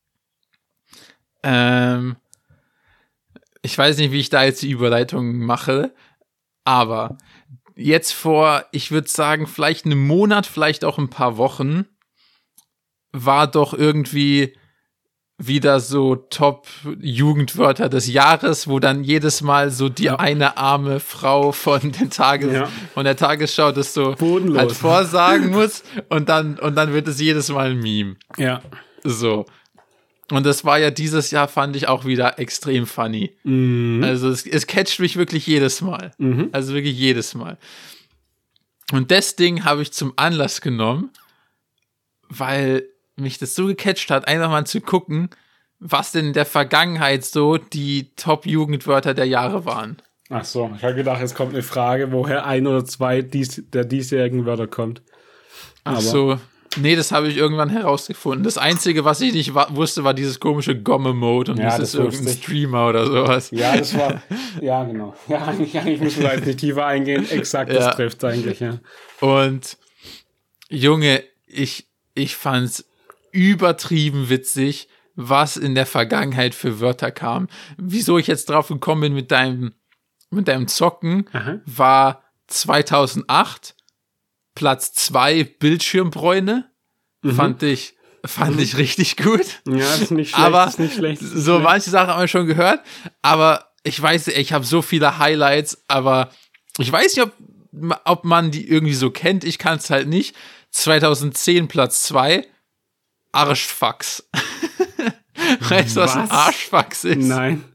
Ich weiß nicht, wie ich da jetzt die Überleitung mache, aber jetzt ich würde sagen, vielleicht einen Monat, vielleicht auch ein paar Wochen, war doch irgendwie wieder so Top-Jugendwörter des Jahres, wo dann jedes Mal so die eine arme Frau von der Tagesschau das so bodenlos halt vorsagen muss und dann wird es jedes Mal ein Meme. Ja. So. Und das war ja dieses Jahr, fand ich auch wieder extrem funny. Mhm. Also es catcht mich wirklich jedes Mal. Mhm. Also wirklich jedes Mal. Und das Ding habe ich zum Anlass genommen, weil mich das so gecatcht hat, einfach mal zu gucken, was denn in der Vergangenheit so die Top-Jugendwörter der Jahre waren. Ach so, ich habe gedacht, jetzt kommt eine Frage, woher 1 oder 2 der diesjährigen Wörter kommt. Ach so, nee, das habe ich irgendwann herausgefunden. Das Einzige, was ich nicht wusste, war dieses komische Gomme-Mode und das ist irgendein Streamer oder sowas. Ja, das war, ja genau. Ja, eigentlich müssen wir jetzt nicht tiefer eingehen. Exakt, das trifft es eigentlich, ja. Und Junge, ich fand's übertrieben witzig, was in der Vergangenheit für Wörter kam. Wieso ich jetzt drauf gekommen bin mit deinem Zocken, war 2008 Platz 2 Bildschirmbräune. Fand ich richtig gut. Ja, ist nicht schlecht. Aber ist nicht schlecht. So manche Sachen haben wir schon gehört, aber ich weiß nicht, ich habe so viele Highlights, aber ich weiß nicht, ob man die irgendwie so kennt. Ich kann es halt nicht. 2010 Platz 2 Arschfax. Weißt du, was ein Arschfax ist? Nein.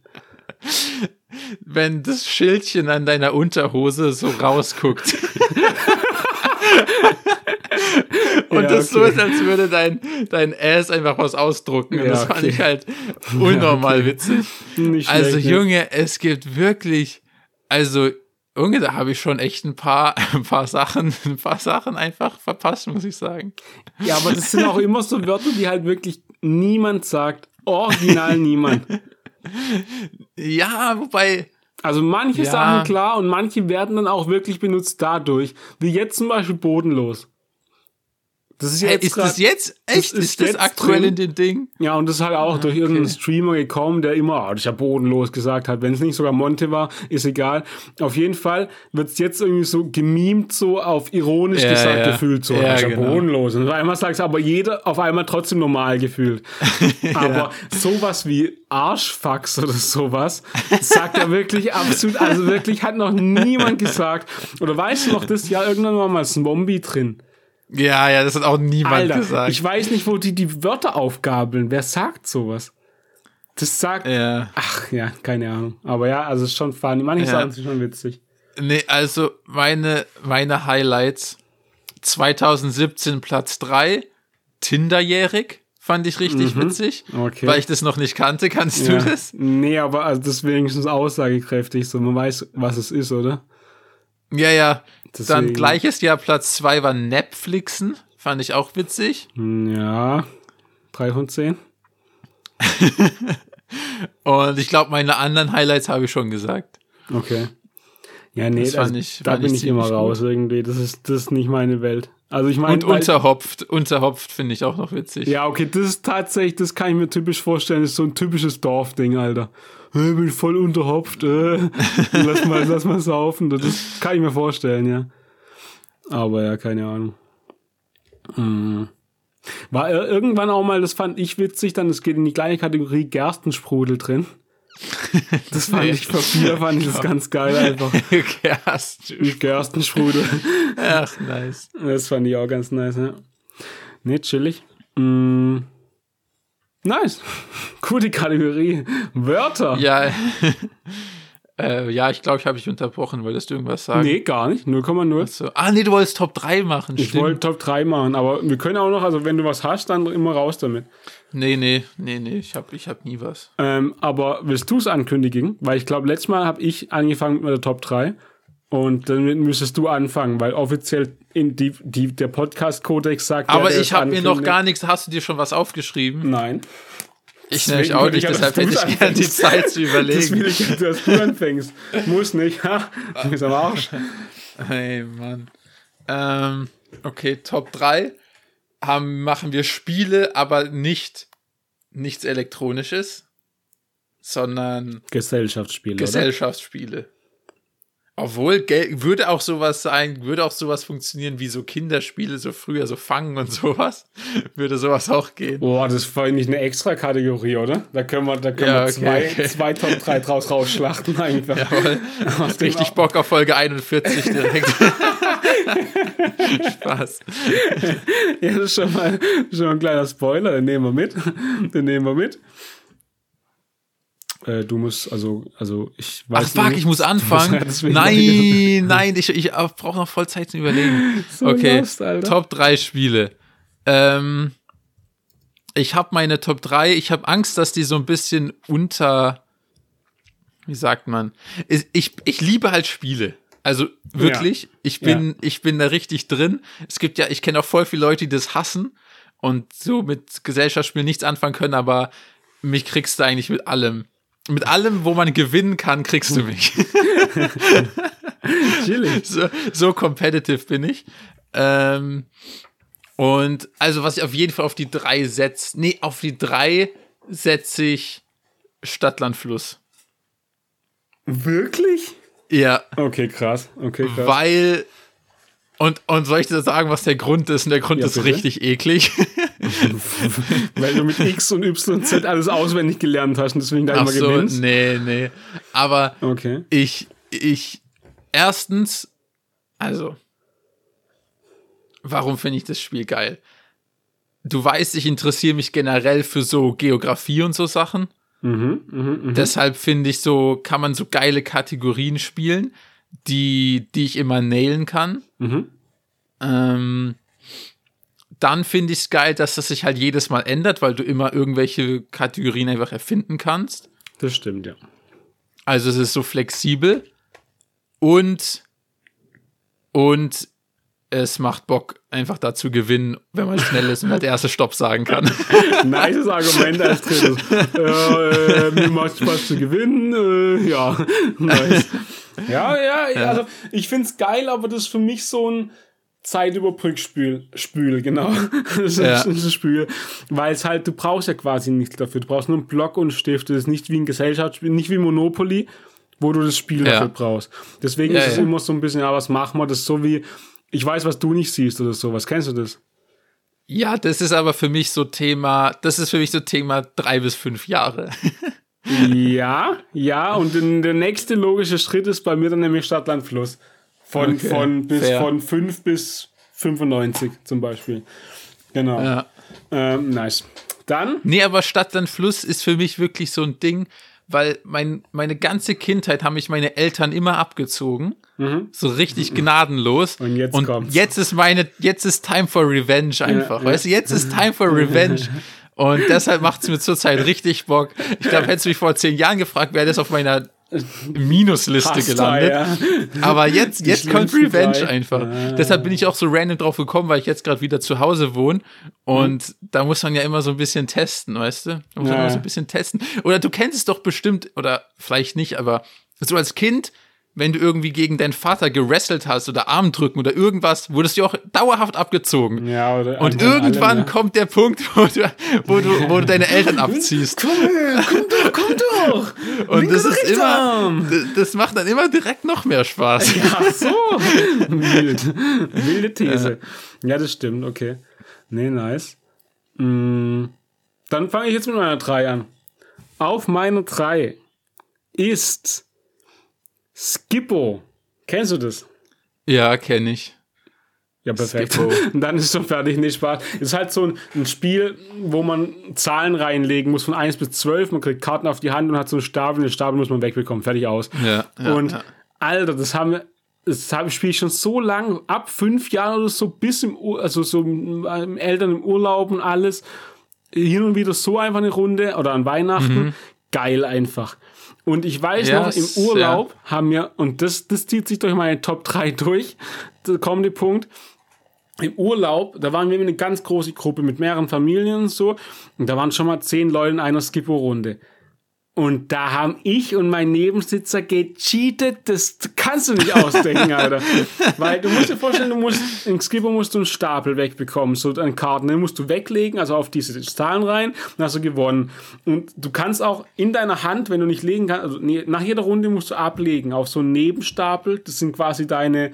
Wenn das Schildchen an deiner Unterhose so rausguckt. Und das so ist, als würde dein Ass einfach was ausdrucken. Und das fand ich halt unnormal witzig. Nicht also, schlecht, Junge, es gibt wirklich, Junge, da habe ich schon echt ein paar Sachen einfach verpasst, muss ich sagen. Ja, aber das sind auch immer so Wörter, die halt wirklich niemand sagt. Original niemand. Ja, wobei. Also manche Sachen klar und manche werden dann auch wirklich benutzt dadurch. Wie jetzt zum Beispiel bodenlos. Das ist jetzt das jetzt? Echt? Ist das aktuell in dem Ding? Ja, und das ist halt auch durch irgendeinen Streamer gekommen, der immer, ich habe bodenlos gesagt hat. Wenn es nicht sogar Monte war, ist egal. Auf jeden Fall wird es jetzt irgendwie so gemimt, so auf ironisch gesagt gefühlt. So, ich habe bodenlos. Und auf einmal sagt es aber jeder auf einmal trotzdem normal gefühlt. Aber sowas wie Arschfax oder sowas sagt er wirklich absolut, also wirklich hat noch niemand gesagt. Oder weißt du noch, das Jahr irgendwann war mal Zombie drin. Ja, das hat auch niemand gesagt. Ich weiß nicht, wo die Wörter aufgabeln. Wer sagt sowas? Das sagt... Ach ja, keine Ahnung. Aber ja, also es ist schon funny. Manche Sachen sind schon witzig. Nee, also meine Highlights. 2017 Platz 3, Tinderjährig. fand ich richtig witzig, weil ich das noch nicht kannte. Kannst du das? Nee, aber also das ist wenigstens aussagekräftig, so man weiß, was es ist, oder? Ja. Deswegen. Dann gleiches Jahr Platz 2 war Netflixen, fand ich auch witzig. Ja, 3 von 10. Und ich glaube, meine anderen Highlights habe ich schon gesagt. Okay. Ja, nee, da bin ich immer raus irgendwie. Das ist nicht meine Welt. Also ich meine, und Unterhopft finde ich auch noch witzig. Ja, okay, das ist tatsächlich, das kann ich mir typisch vorstellen, das ist so ein typisches Dorfding, Alter. Ich bin voll unterhopft, lass mal saufen. Das kann ich mir vorstellen, ja. Aber ja, keine Ahnung. War irgendwann auch mal, das fand ich witzig, dann es geht in die gleiche Kategorie Gerstensprudel drin. Das fand ich das ganz geil einfach. Gerstensprudel. Ach, nice. Das fand ich auch ganz nice, ja. Nee, chillig. Nice. Gute Kategorie. Wörter. Ja. Ich glaube, ich habe dich unterbrochen. Wolltest du irgendwas sagen? Nee, gar nicht. 0,0. So. Nee, du wolltest Top 3 machen. Ich wollte Top 3 machen, aber wir können auch noch, also wenn du was hast, dann immer raus damit. Nee. Ich hab nie was. Aber willst du es ankündigen? Weil ich glaube, letztes Mal habe ich angefangen mit der Top 3 und dann müsstest du anfangen, weil offiziell der Podcast-Kodex sagt... Aber ich habe mir noch gar nichts... Hast du dir schon was aufgeschrieben? Nein. Ich nämlich auch nicht, deshalb hätte ich gerne die Zeit zu überlegen. Das will ich, dass du anfängst. Muss nicht. Du bist am Arsch. Hey, Mann. Okay, Top 3 machen wir Spiele, aber nichts Elektronisches, sondern Gesellschaftsspiele. Oder? Obwohl, würde auch sowas funktionieren wie so Kinderspiele, so früher, so Fangen und sowas. Würde sowas auch gehen. Boah, das war nicht eine extra Kategorie, oder? Da können wir zwei Top 3 draus rausschlachten einfach. Jawohl. Richtig Bock auf Folge 41 direkt. Spaß. Ja, das ist schon mal ein kleiner Spoiler, den nehmen wir mit. Du musst, also ich weiß nicht. Ich muss anfangen. Nein, ich brauche noch voll Zeit zum Überlegen. So okay, lost, Top 3 Spiele. Ich habe meine Top 3, ich habe Angst, dass die so ein bisschen wie sagt man? Ich liebe halt Spiele. Also wirklich, ich bin da richtig drin. Ich kenne auch voll viele Leute, die das hassen und so mit Gesellschaftsspielen nichts anfangen können, aber mich kriegst du eigentlich mit allem. Mit allem, wo man gewinnen kann, kriegst du mich. so competitive bin ich. Und also, was ich auf jeden Fall auf die 3 setze, setze ich Stadt, Land, Fluss. Wirklich? Ja. Okay, krass. Weil, und soll ich dir sagen, was der Grund ist? Und der Grund ist bitte? Richtig eklig. Weil du mit X und Y und Z alles auswendig gelernt hast und deswegen da immer gewinnst? Nee. Aber ich erstens, also, warum finde ich das Spiel geil? Du weißt, ich interessiere mich generell für so Geografie und so Sachen. Deshalb finde ich kann man so geile Kategorien spielen, die ich immer nailen kann. Dann finde ich es geil, dass das sich halt jedes Mal ändert, weil du immer irgendwelche Kategorien einfach erfinden kannst. Das stimmt, ja. Also es ist so flexibel und es macht Bock, einfach da zu gewinnen, wenn man schnell ist und als erstes Stopp sagen kann. Nices Argument als drittes. Mir macht Spaß zu gewinnen. Ja, nice. Ja, also ich find's geil, aber das ist für mich so ein Zeitüberbrückspiel, genau. Das ist ein Spiel, weil es halt, du brauchst ja quasi nichts dafür. Du brauchst nur einen Block und einen Stift. Das ist nicht wie ein Gesellschaftsspiel, nicht wie Monopoly, wo du das Spiel dafür brauchst. Deswegen ist es immer so ein bisschen, was machen wir? Das ist so wie, ich weiß, was du nicht siehst oder sowas. Kennst du das? Ja, das ist aber für mich so Thema 3 bis 5 Jahre. Ja, und der nächste logische Schritt ist bei mir dann nämlich Stadt, Land, Fluss. Von 5 bis 95 zum Beispiel. Genau. Ja. Nice. Dann? Nee, aber Stadt, Land, Fluss ist für mich wirklich so ein Ding, weil meine ganze Kindheit haben mich meine Eltern immer abgezogen. So richtig gnadenlos. Und jetzt kommt's. Jetzt ist Time for Revenge einfach. Weißt du, jetzt ist Time for Revenge. Und deshalb macht es mir zurzeit richtig Bock. Ich glaube, hättest du mich vor 10 Jahren gefragt, wäre das auf meiner Minusliste gelandet. Ja. Aber jetzt kommt Revenge einfach. Deshalb bin ich auch so random drauf gekommen, weil ich jetzt gerade wieder zu Hause wohne. Und da muss man ja immer so ein bisschen testen, weißt du? Da muss man immer so ein bisschen testen. Oder du kennst es doch bestimmt, oder vielleicht nicht, aber so als Kind, wenn du irgendwie gegen deinen Vater gewrestelt hast oder Armdrücken oder irgendwas, wurdest du auch dauerhaft abgezogen. Ja, und irgendwann kommt der Punkt, wo du deine Eltern abziehst. Komm doch! Und das ist immer, das macht dann immer direkt noch mehr Spaß. Ja, so. Wilde These. Ja, das stimmt, okay. Nee, nice. Dann fange ich jetzt mit meiner 3 an. Auf meiner 3 ist Skippo. Kennst du das? Ja, kenne ich. Ja, perfekt. Und dann ist es schon fertig. Nee, Spaß. Es ist halt so ein Spiel, wo man Zahlen reinlegen muss von 1 bis 12. Man kriegt Karten auf die Hand und hat so einen Stapel. Den Stapel muss man wegbekommen. Fertig aus. Ja, Alter, das spiele ich schon so lang, ab 5 Jahren oder so, bis im Eltern im Urlaub und alles. Hin und wieder so einfach eine Runde oder an Weihnachten. Geil einfach. Und ich weiß noch, im Urlaub haben wir, und das zieht sich durch meine Top 3 durch, der kommende Punkt, im Urlaub, da waren wir eine ganz große Gruppe mit mehreren Familien und so, und da waren schon mal 10 Leute in einer Skippo-Runde. Und da haben ich und mein Nebensitzer gecheatet, das kannst du nicht ausdenken, Alter. Weil du musst dir vorstellen, in Skippo musst du einen Stapel wegbekommen, so an Karten, den musst du weglegen, also auf diese Zahlen rein, dann hast du gewonnen. Und du kannst auch in deiner Hand, wenn du nicht legen kannst, also nach jeder Runde musst du ablegen auf so einen Nebenstapel, das sind quasi deine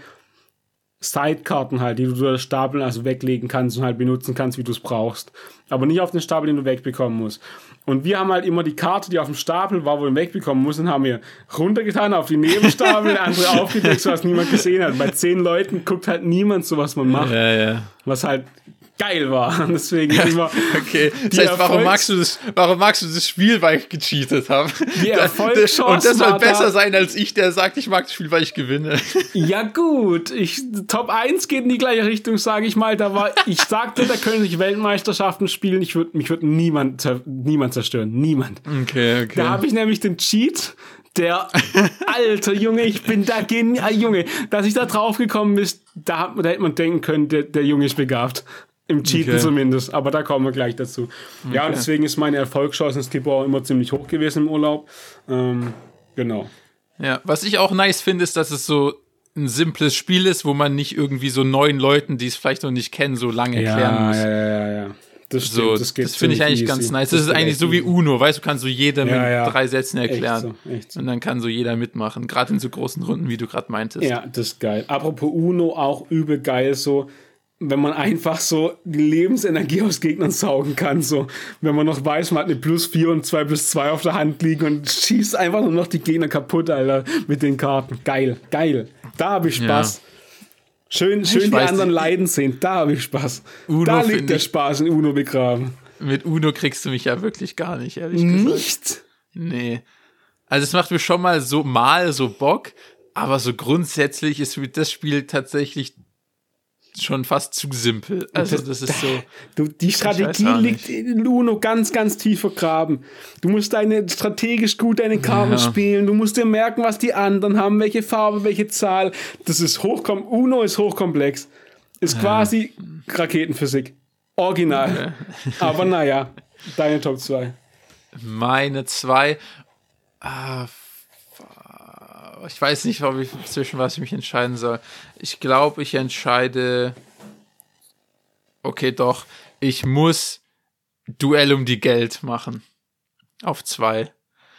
Sidekarten halt, die du durch Stapeln also weglegen kannst und halt benutzen kannst, wie du es brauchst. Aber nicht auf den Stapel, den du wegbekommen musst. Und wir haben halt immer die Karte, die auf dem Stapel war, wo wir wegbekommen mussten, haben wir runtergetan auf die Nebenstapel, die andere aufgedeckt, so was niemand gesehen hat. Bei 10 Leuten guckt halt niemand so, was man macht. Ja. Was halt geil war. Und deswegen immer. Okay. Das heißt, warum magst du das Spiel, weil ich gecheatet habe? Die Erfolgschancen. Und das soll besser sein als ich, der sagt, ich mag das Spiel, weil ich gewinne. Ja, gut. Top 1 geht in die gleiche Richtung, sage ich mal. Ich sagte, da können sich Weltmeisterschaften spielen. Mich würde niemand zerstören. Niemand. Okay. Da habe ich nämlich den Cheat. Der alter Junge, ich bin da genial, Junge. Dass ich da drauf gekommen bin, da hätte man denken können, der Junge ist begabt. Im Cheaten zumindest, aber da kommen wir gleich dazu. Okay. Ja, deswegen ist meine Erfolgschance in Skippo auch immer ziemlich hoch gewesen im Urlaub. Genau. Ja, was ich auch nice finde, ist, dass es so ein simples Spiel ist, wo man nicht irgendwie so 9 Leuten, die es vielleicht noch nicht kennen, so lange erklären muss. Ja. Das stimmt, das finde ich eigentlich easy. Ganz nice. Das ist eigentlich so wie Uno, weißt du, kannst du jedem in 3 Sätzen erklären. Echt so. Und dann kann so jeder mitmachen, gerade in so großen Runden, wie du gerade meintest. Ja, das ist geil. Apropos Uno, auch übel geil so, wenn man einfach so die Lebensenergie aus Gegnern saugen kann, so. Wenn man noch weiß, man hat eine +4 und 2 +2 auf der Hand liegen und schießt einfach nur noch die Gegner kaputt, Alter, mit den Karten. Geil. Da habe ich Spaß. Schön die anderen leiden sehen, da habe ich Spaß. Uno, da liegt der Spaß in Uno begraben. Mit Uno kriegst du mich ja wirklich gar nicht, ehrlich gesagt. Nicht? Nee. Also es macht mir schon mal so Bock, aber so grundsätzlich ist das Spiel tatsächlich schon fast zu simpel. Also das ist so. Die Strategie liegt in Uno ganz, ganz tief vergraben. Du musst strategisch gut deine Karten spielen. Du musst dir merken, was die anderen haben, welche Farbe, welche Zahl. Das ist Uno ist hochkomplex. Ist quasi Raketenphysik. Original. Okay. Aber naja, deine Top 2. Meine 2. Ich weiß nicht, zwischen was ich mich entscheiden soll. Ich glaube, ich entscheide. Okay, doch. Ich muss Duell um die Geld machen. Auf 2.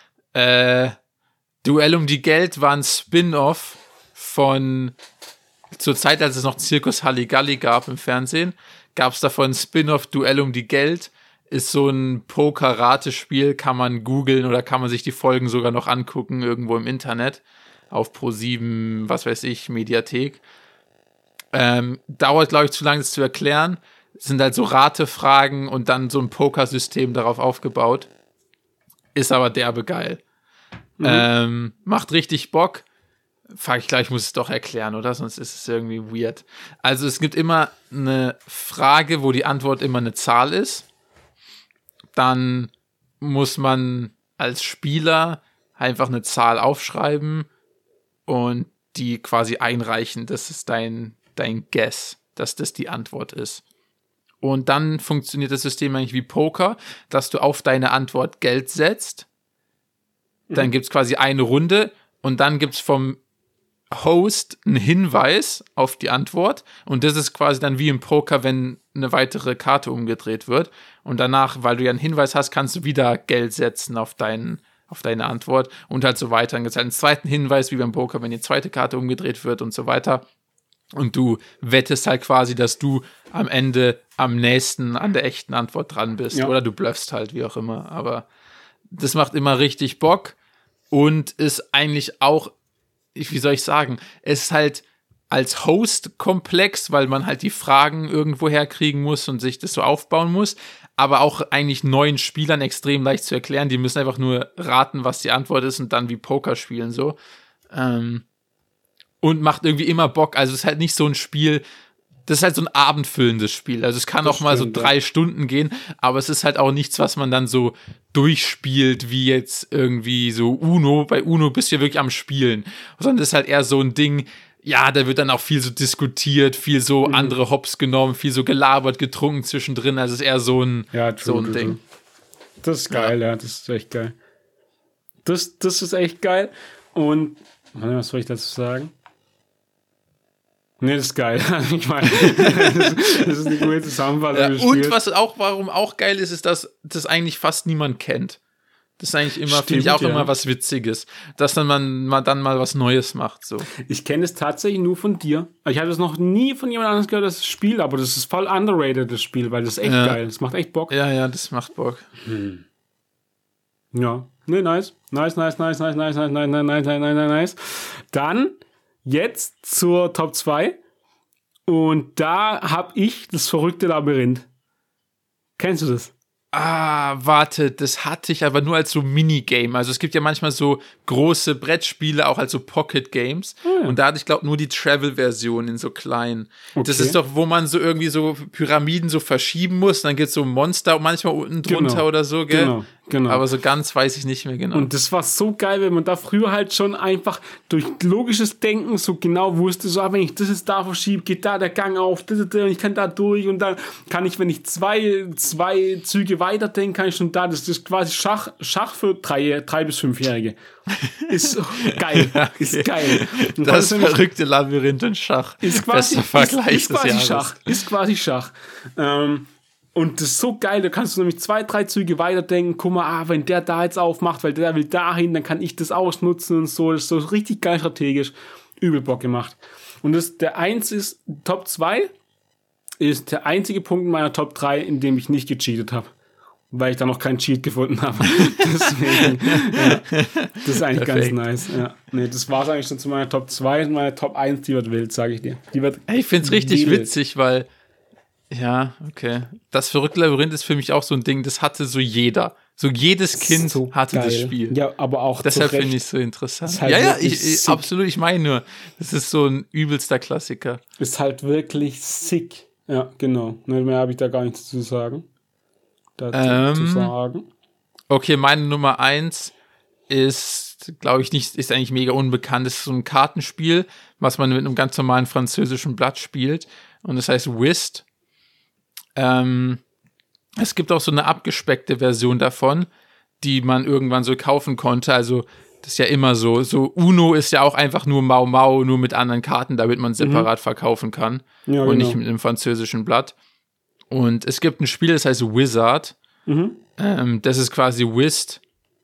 Duell um die Geld war ein Spin-off von. Zur Zeit, als es noch Zirkus Halligalli gab im Fernsehen, gab es davon ein Spin-off Duell um die Geld. Ist so ein Poker-Ratespiel, kann man googeln oder kann man sich die Folgen sogar noch angucken, irgendwo im Internet. Auf Pro7, was weiß ich, Mediathek. Dauert, glaube ich, zu lange, das zu erklären. Es sind halt so Ratefragen und dann so ein Pokersystem darauf aufgebaut. Ist aber derbe geil. Macht richtig Bock. Ich muss es doch erklären, oder? Sonst ist es irgendwie weird. Also es gibt immer eine Frage, wo die Antwort immer eine Zahl ist. dann muss man als Spieler einfach eine Zahl aufschreiben und die quasi einreichen. Das ist dein Guess, dass das die Antwort ist. Und dann funktioniert das System eigentlich wie Poker, dass du auf deine Antwort Geld setzt. Dann gibt's quasi eine Runde und dann gibt's vom Host einen Hinweis auf die Antwort. Und das ist quasi dann wie im Poker, wenn eine weitere Karte umgedreht wird. Und danach, weil du ja einen Hinweis hast, kannst du wieder Geld setzen auf deine Antwort und halt so weiter. Dann gibt es halt einen zweiten Hinweis, wie beim Poker, wenn die zweite Karte umgedreht wird und so weiter. Und du wettest halt quasi, dass du am Ende am nächsten an der echten Antwort dran bist. Ja. Oder du bluffst halt, wie auch immer. Aber das macht immer richtig Bock und ist eigentlich auch, wie soll ich sagen, es ist halt als Host komplex, weil man halt die Fragen irgendwo herkriegen muss und sich das so aufbauen muss. Aber auch eigentlich neuen Spielern extrem leicht zu erklären. Die müssen einfach nur raten, was die Antwort ist und dann wie Poker spielen so. Und macht irgendwie immer Bock. Also es ist halt nicht so ein Spiel, das ist halt so ein abendfüllendes Spiel. Also es kann das auch mal so 3 Stunden gehen, aber es ist halt auch nichts, was man dann so durchspielt, wie jetzt irgendwie so Uno. Bei Uno bist du ja wirklich am Spielen. Sondern das ist halt eher so ein Ding, ja, da wird dann auch viel so diskutiert, viel so andere Hops genommen, viel so gelabert, getrunken zwischendrin. Also es ist eher so ein, Ding. Das ist geil, ja, das ist echt geil. Das ist echt geil. Und, was soll ich dazu sagen? Nee, das ist geil. Ich meine, das ist eine gute Zusammenfassung. Ja, und warum auch geil ist, dass das eigentlich fast niemand kennt. Das ist eigentlich immer, finde ich auch immer was Witziges, dass dann man mal was Neues macht. So. Ich kenne es tatsächlich nur von dir. Ich habe das noch nie von jemand anderem gehört, das Spiel, aber das ist voll underrated, das Spiel, weil das ist echt geil. Das macht echt Bock. Ja, das macht Bock. Ja, nee, nice. Nice. Dann jetzt zur Top 2. Und da habe ich das verrückte Labyrinth. Kennst du das? Warte, das hatte ich aber nur als so Minigame. Also es gibt ja manchmal so große Brettspiele, auch als so Pocket Games. Und da hatte ich, glaube nur die Travel-Version in so klein. Okay. Das ist doch, wo man so irgendwie so Pyramiden so verschieben muss. Dann gibt es so Monster manchmal unten drunter oder so, gell? Genau. Aber so ganz weiß ich nicht mehr genau. Und das war so geil, wenn man da früher halt schon einfach durch logisches Denken so genau wusste, so, wenn ich das jetzt da verschiebe, geht da der Gang auf, und ich kann da durch und dann kann ich, wenn ich zwei Züge weiterdenke, kann ich schon da, das ist quasi Schach für 3 bis 5-Jährige. Ist geil, okay. Ist geil. Und das verrückte Labyrinth und Schach. Ist quasi, Vergleich des Jahres. Ist quasi Schach. Und das ist so geil, da kannst du nämlich 2-3 Züge weiterdenken, guck mal, wenn der da jetzt aufmacht, weil der will dahin, dann kann ich das ausnutzen und so. Das ist so richtig geil strategisch. Übel Bock gemacht. Und Top 2 ist der einzige Punkt in meiner Top 3, in dem ich nicht gecheatet habe. Weil ich da noch keinen Cheat gefunden habe. Deswegen, das ist eigentlich perfekt. Ganz nice. Ja. Nee, das war es eigentlich schon zu meiner Top 2 und meiner Top 1, die wird wild, sage ich dir. Ich finde es richtig witzig, weil ja, okay. Das verrückte Labyrinth ist für mich auch so ein Ding, das hatte so jeder. So jedes Kind so hatte geil. Das Spiel. Ja, aber auch deshalb finde ich es so interessant. Halt ich absolut, ich meine nur, das ist so ein übelster Klassiker. Ist halt wirklich sick. Ja, genau. Mehr habe ich da gar nichts zu sagen. Okay, meine Nummer 1 ist, glaube ich, ist eigentlich mega unbekannt. Das ist so ein Kartenspiel, was man mit einem ganz normalen französischen Blatt spielt. Und das heißt Whist. Es gibt auch so eine abgespeckte Version davon, die man irgendwann so kaufen konnte. Also das ist ja immer so. So Uno ist ja auch einfach nur Mau Mau, nur mit anderen Karten, damit man separat verkaufen kann. Ja, und nicht mit einem französischen Blatt. Und es gibt ein Spiel, das heißt Wizard. Das ist quasi Whist.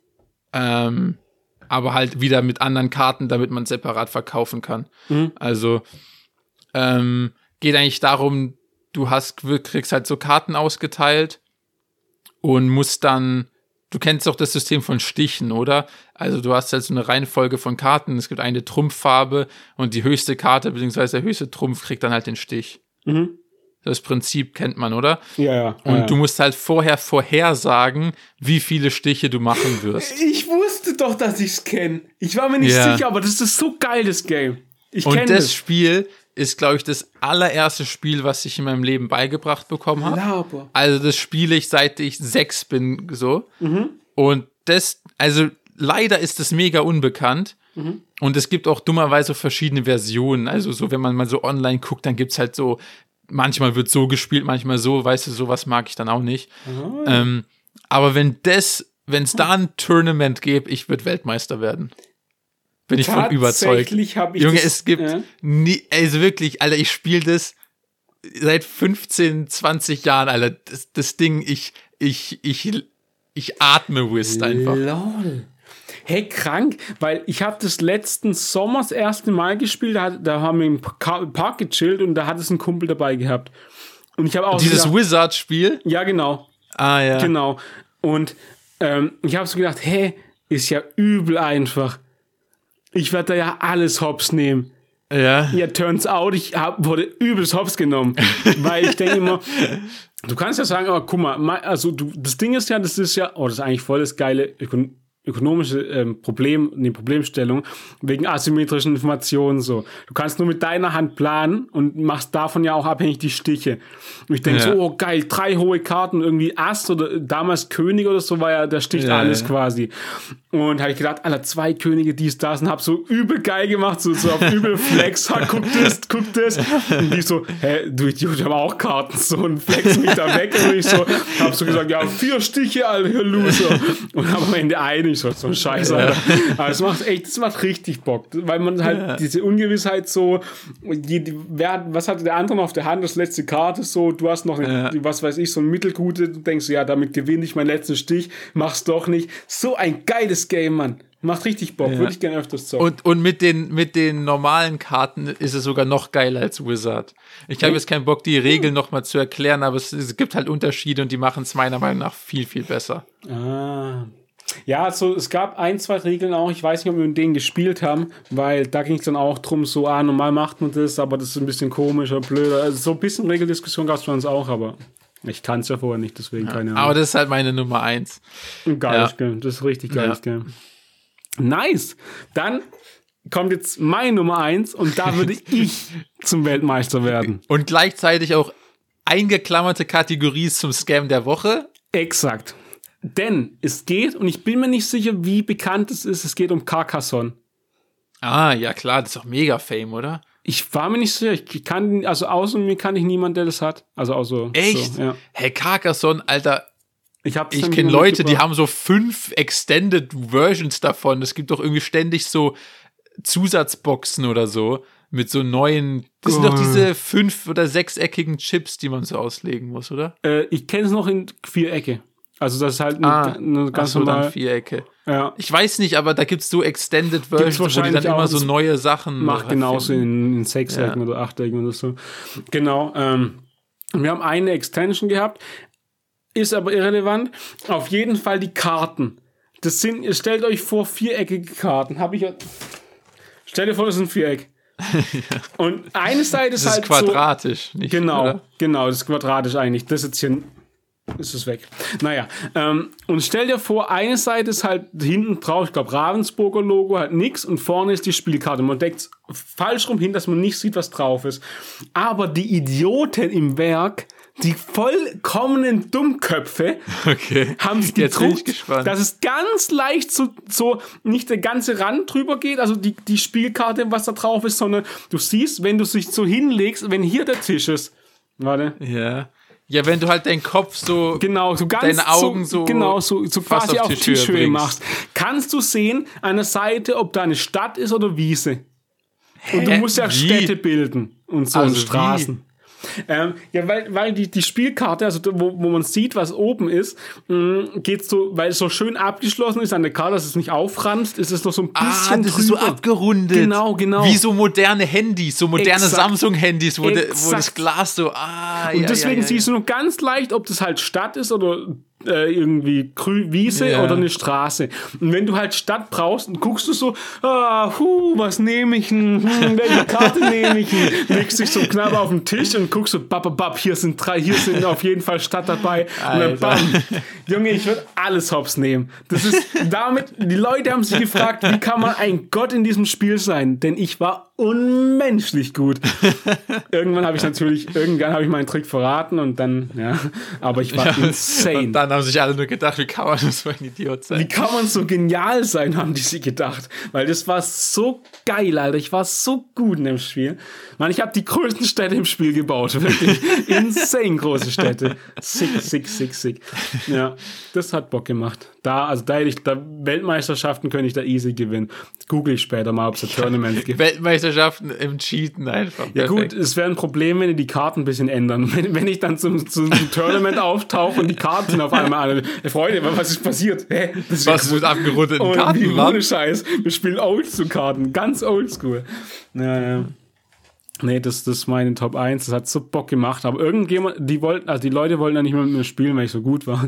Aber halt wieder mit anderen Karten, damit man separat verkaufen kann. Also geht eigentlich darum, du kriegst halt so Karten ausgeteilt und musst dann, du kennst doch das System von Stichen, oder? Also du hast halt so eine Reihenfolge von Karten, es gibt eine Trumpffarbe und die höchste Karte, beziehungsweise der höchste Trumpf kriegt dann halt den Stich. Das Prinzip kennt man, oder? Ja. Und du musst halt vorhersagen, wie viele Stiche du machen wirst. Ich wusste doch, dass ich es kenne. Ich war mir nicht sicher, aber das ist so geil, das Game. Und das Spiel ist, glaube ich, das allererste Spiel, was ich in meinem Leben beigebracht bekommen habe. Also das spiele ich, seit ich 6 bin, so. Und also leider ist das mega unbekannt. Und es gibt auch dummerweise verschiedene Versionen. Also so, wenn man mal so online guckt, dann gibt's halt so, manchmal wird so gespielt, manchmal so, weißt du, sowas mag ich dann auch nicht. Aber wenn es da ein Tournament gäbe, ich würde Weltmeister werden. Bin ich von überzeugt. Junge, es gibt nie, also wirklich, Alter, ich spiele das seit 15, 20 Jahren, Alter. Das Ding, ich atme Whist einfach. Lol. Hey, krank, weil ich habe das letzten Sommer das erste Mal gespielt, da haben wir im Park gechillt und da hat es ein Kumpel dabei gehabt. Und ich habe auch dieses Wizard-Spiel? Ja, genau. Ja. Genau. Und ich habe so gedacht, hey, ist ja übel einfach. Ich werde da ja alles hops nehmen. Ja. Ja, turns out, wurde übelst hops genommen. Weil ich denke immer, du kannst ja sagen, aber guck mal, also das Ding ist ja, das ist eigentlich voll das geile ökonomische Problemstellung wegen asymmetrischen Informationen so. Du kannst nur mit deiner Hand planen und machst davon ja auch abhängig die Stiche. Und ich denke so, oh geil, 3 hohe Karten, irgendwie Ass oder damals König oder so war ja, der sticht alles quasi. Und habe ich gedacht, Alter, 2 Könige, dies, das und hab so übel geil gemacht, so auf übel Flex, guck das. Und die so, hä, du Idiot, ich hab auch Karten, so, und flex mich da weg und ich so, hab so gesagt, ja, 4 Stiche, Alter, Loser. Und hab am Ende eine, so ein Scheiß, Alter. Aber es macht richtig Bock, weil man halt diese Ungewissheit so, was hatte der andere noch auf der Hand, das letzte Karte so, du hast noch, was weiß ich, so ein Mittelgute, du denkst, ja, damit gewinne ich meinen letzten Stich, mach's doch nicht. So ein geiles Game, Mann. Macht richtig Bock, würde ich gerne öfters zocken. Und mit den normalen Karten ist es sogar noch geiler als Wizard. Ich habe jetzt keinen Bock, die Regeln nochmal zu erklären, aber es gibt halt Unterschiede und die machen es meiner Meinung nach viel, viel besser. Ja, also es gab 1, 2 Regeln auch, ich weiß nicht, ob wir mit denen gespielt haben, weil da ging es dann auch drum, so, normal macht man das, aber das ist ein bisschen komisch oder blöd. Also so ein bisschen Regeldiskussion gab es bei uns auch, aber ich kann es ja vorher nicht, deswegen keine Ahnung. Aber das ist halt meine Nummer 1. Geiles Game, das ist richtig geiles Game. Nice! Dann kommt jetzt meine Nummer 1 und da würde ich zum Weltmeister werden. Und gleichzeitig auch eingeklammerte Kategorie zum Scam der Woche. Exakt. Denn es geht, und ich bin mir nicht sicher, wie bekannt es geht um Carcassonne. Ja klar, das ist doch mega Fame, oder? Ich war mir nicht sicher, ich kann, also außer mir kann ich niemanden, der das hat. Also außer echt? So, ja. Hey, Carcassonne, Alter. Ich kenne Leute, die haben so 5 Extended Versions davon. Es gibt doch irgendwie ständig so Zusatzboxen oder so mit so neuen. Das sind doch diese 5- oder 6-eckigen Chips, die man so auslegen muss, oder? Ich kenne es noch in 4-Ecke. Also das ist halt eine ganz normale Vierecke. Ja. Ich weiß nicht, aber da gibt's so Extended Versions, wo die dann immer so neue Sachen macht genauso in 6-Ecken oder 8-Ecken oder so. Genau. Wir haben eine Extension gehabt, ist aber irrelevant. Auf jeden Fall die Karten. Stellt euch vor, 4-eckige Karten. Stell dir vor, das ist ein Viereck. Und eine Seite ist halt quadratisch, so, nicht? Genau, das ist quadratisch eigentlich. Das jetzt hier ist es weg. Naja, und stell dir vor, eine Seite ist halt hinten drauf, ich glaube Ravensburger Logo, halt nix, und vorne ist die Spielkarte. Man deckt falsch rum hin, dass man nicht sieht, was drauf ist. Aber die Idioten im Werk, die vollkommenen Dummköpfe, haben es gedruckt, dass es ganz leicht so nicht der ganze Rand drüber geht, also die Spielkarte, was da drauf ist, sondern du siehst, wenn du dich so hinlegst, wenn hier der Tisch ist. Warte. Ja, wenn du halt deinen Kopf so, genau, so ganz deine Augen so quasi auf Tischhöhe machst, kannst du sehen an der Seite, ob da eine Stadt ist oder Wiese. Und du musst ja Städte bilden und so, also Straßen. Ja, weil die Spielkarte, also wo man sieht, was oben ist, geht so, weil es so schön abgeschlossen ist an der Karte, dass es nicht aufranzt, ist es noch so ein bisschen das ist so abgerundet. Genau. Wie so moderne Handys, so moderne Samsung-Handys, wo das Glas so, und deswegen siehst du nur ganz leicht, ob das halt Stadt ist oder irgendwie Wiese oder eine Straße. Und wenn du halt Stadt brauchst, dann guckst du so, was nehme ich denn? Welche Karte nehme ich denn? Legst dich so knapp auf den Tisch und guckst so, hier sind auf jeden Fall Stadt dabei. Und dann bam. Junge, ich würde alles hops nehmen. Das ist damit, die Leute haben sich gefragt, wie kann man ein Gott in diesem Spiel sein? Denn ich war unmenschlich gut. Irgendwann habe ich meinen Trick verraten und dann, ja, aber ich war insane. Und dann haben sich alle nur gedacht, wie kann man so ein Idiot sein? Wie kann man so genial sein, haben die sich gedacht. Weil das war so geil, Alter. Ich war so gut in dem Spiel. Mann, ich habe die größten Städte im Spiel gebaut. Wirklich insane große Städte. Sick. Ja, das hat Bock gemacht. Da Weltmeisterschaften könnte ich da easy gewinnen. Google ich später mal, ob es da Tournaments gibt. Weltmeisterschaften im Cheaten einfach. Ja gut, es wäre ein Problem, wenn die Karten ein bisschen ändern. Wenn ich dann zum Tournament auftauche und die Karten sind auf einmal alle. Freunde, was ist passiert? Hä? Was mit abgerundeten Karten? Ohne Scheiß. Wir spielen Oldschool-Karten. Ganz oldschool. Ja. Nee, das ist meine Top 1. Das hat so Bock gemacht. Aber irgendjemand, die Leute wollten ja nicht mehr mit mir spielen, weil ich so gut war.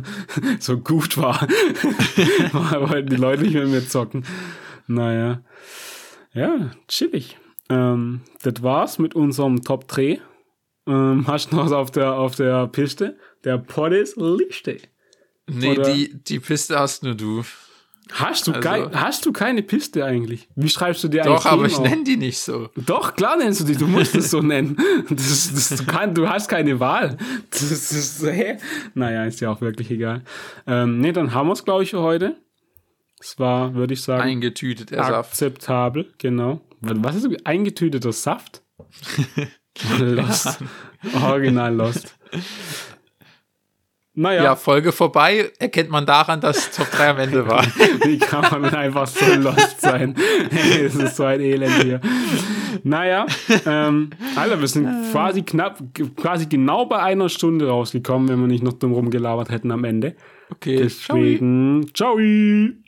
Wollten die Leute nicht mehr mit mir zocken. Naja. Ja, chillig. Das war's mit unserem Top 3. Hast du noch was auf der Piste? Der Poddes Liste. Nee, die Piste hast nur du. Hast du keine Piste eigentlich? Wie schreibst du dir eigentlich? Doch, aber ich nenne die nicht so. Doch, klar nennst du die. Du musst es so nennen. Du hast keine Wahl. Naja, ist ja auch wirklich egal. Nee, dann haben wir es, glaube ich, für heute. Es war, würde ich sagen, eingetütet, Saft. Akzeptabel, genau. Was ist eingetüteter Saft? Lost. Original Lost. Naja. Ja, Folge vorbei, erkennt man daran, dass Top 3 am Ende war. Wie kann man einfach so lost sein? Es ist so ein Elend hier. Naja, Alter, wir sind quasi genau bei 1 Stunde rausgekommen, wenn wir nicht noch dumm rumgelabert hätten am Ende. Okay, deswegen, ciao.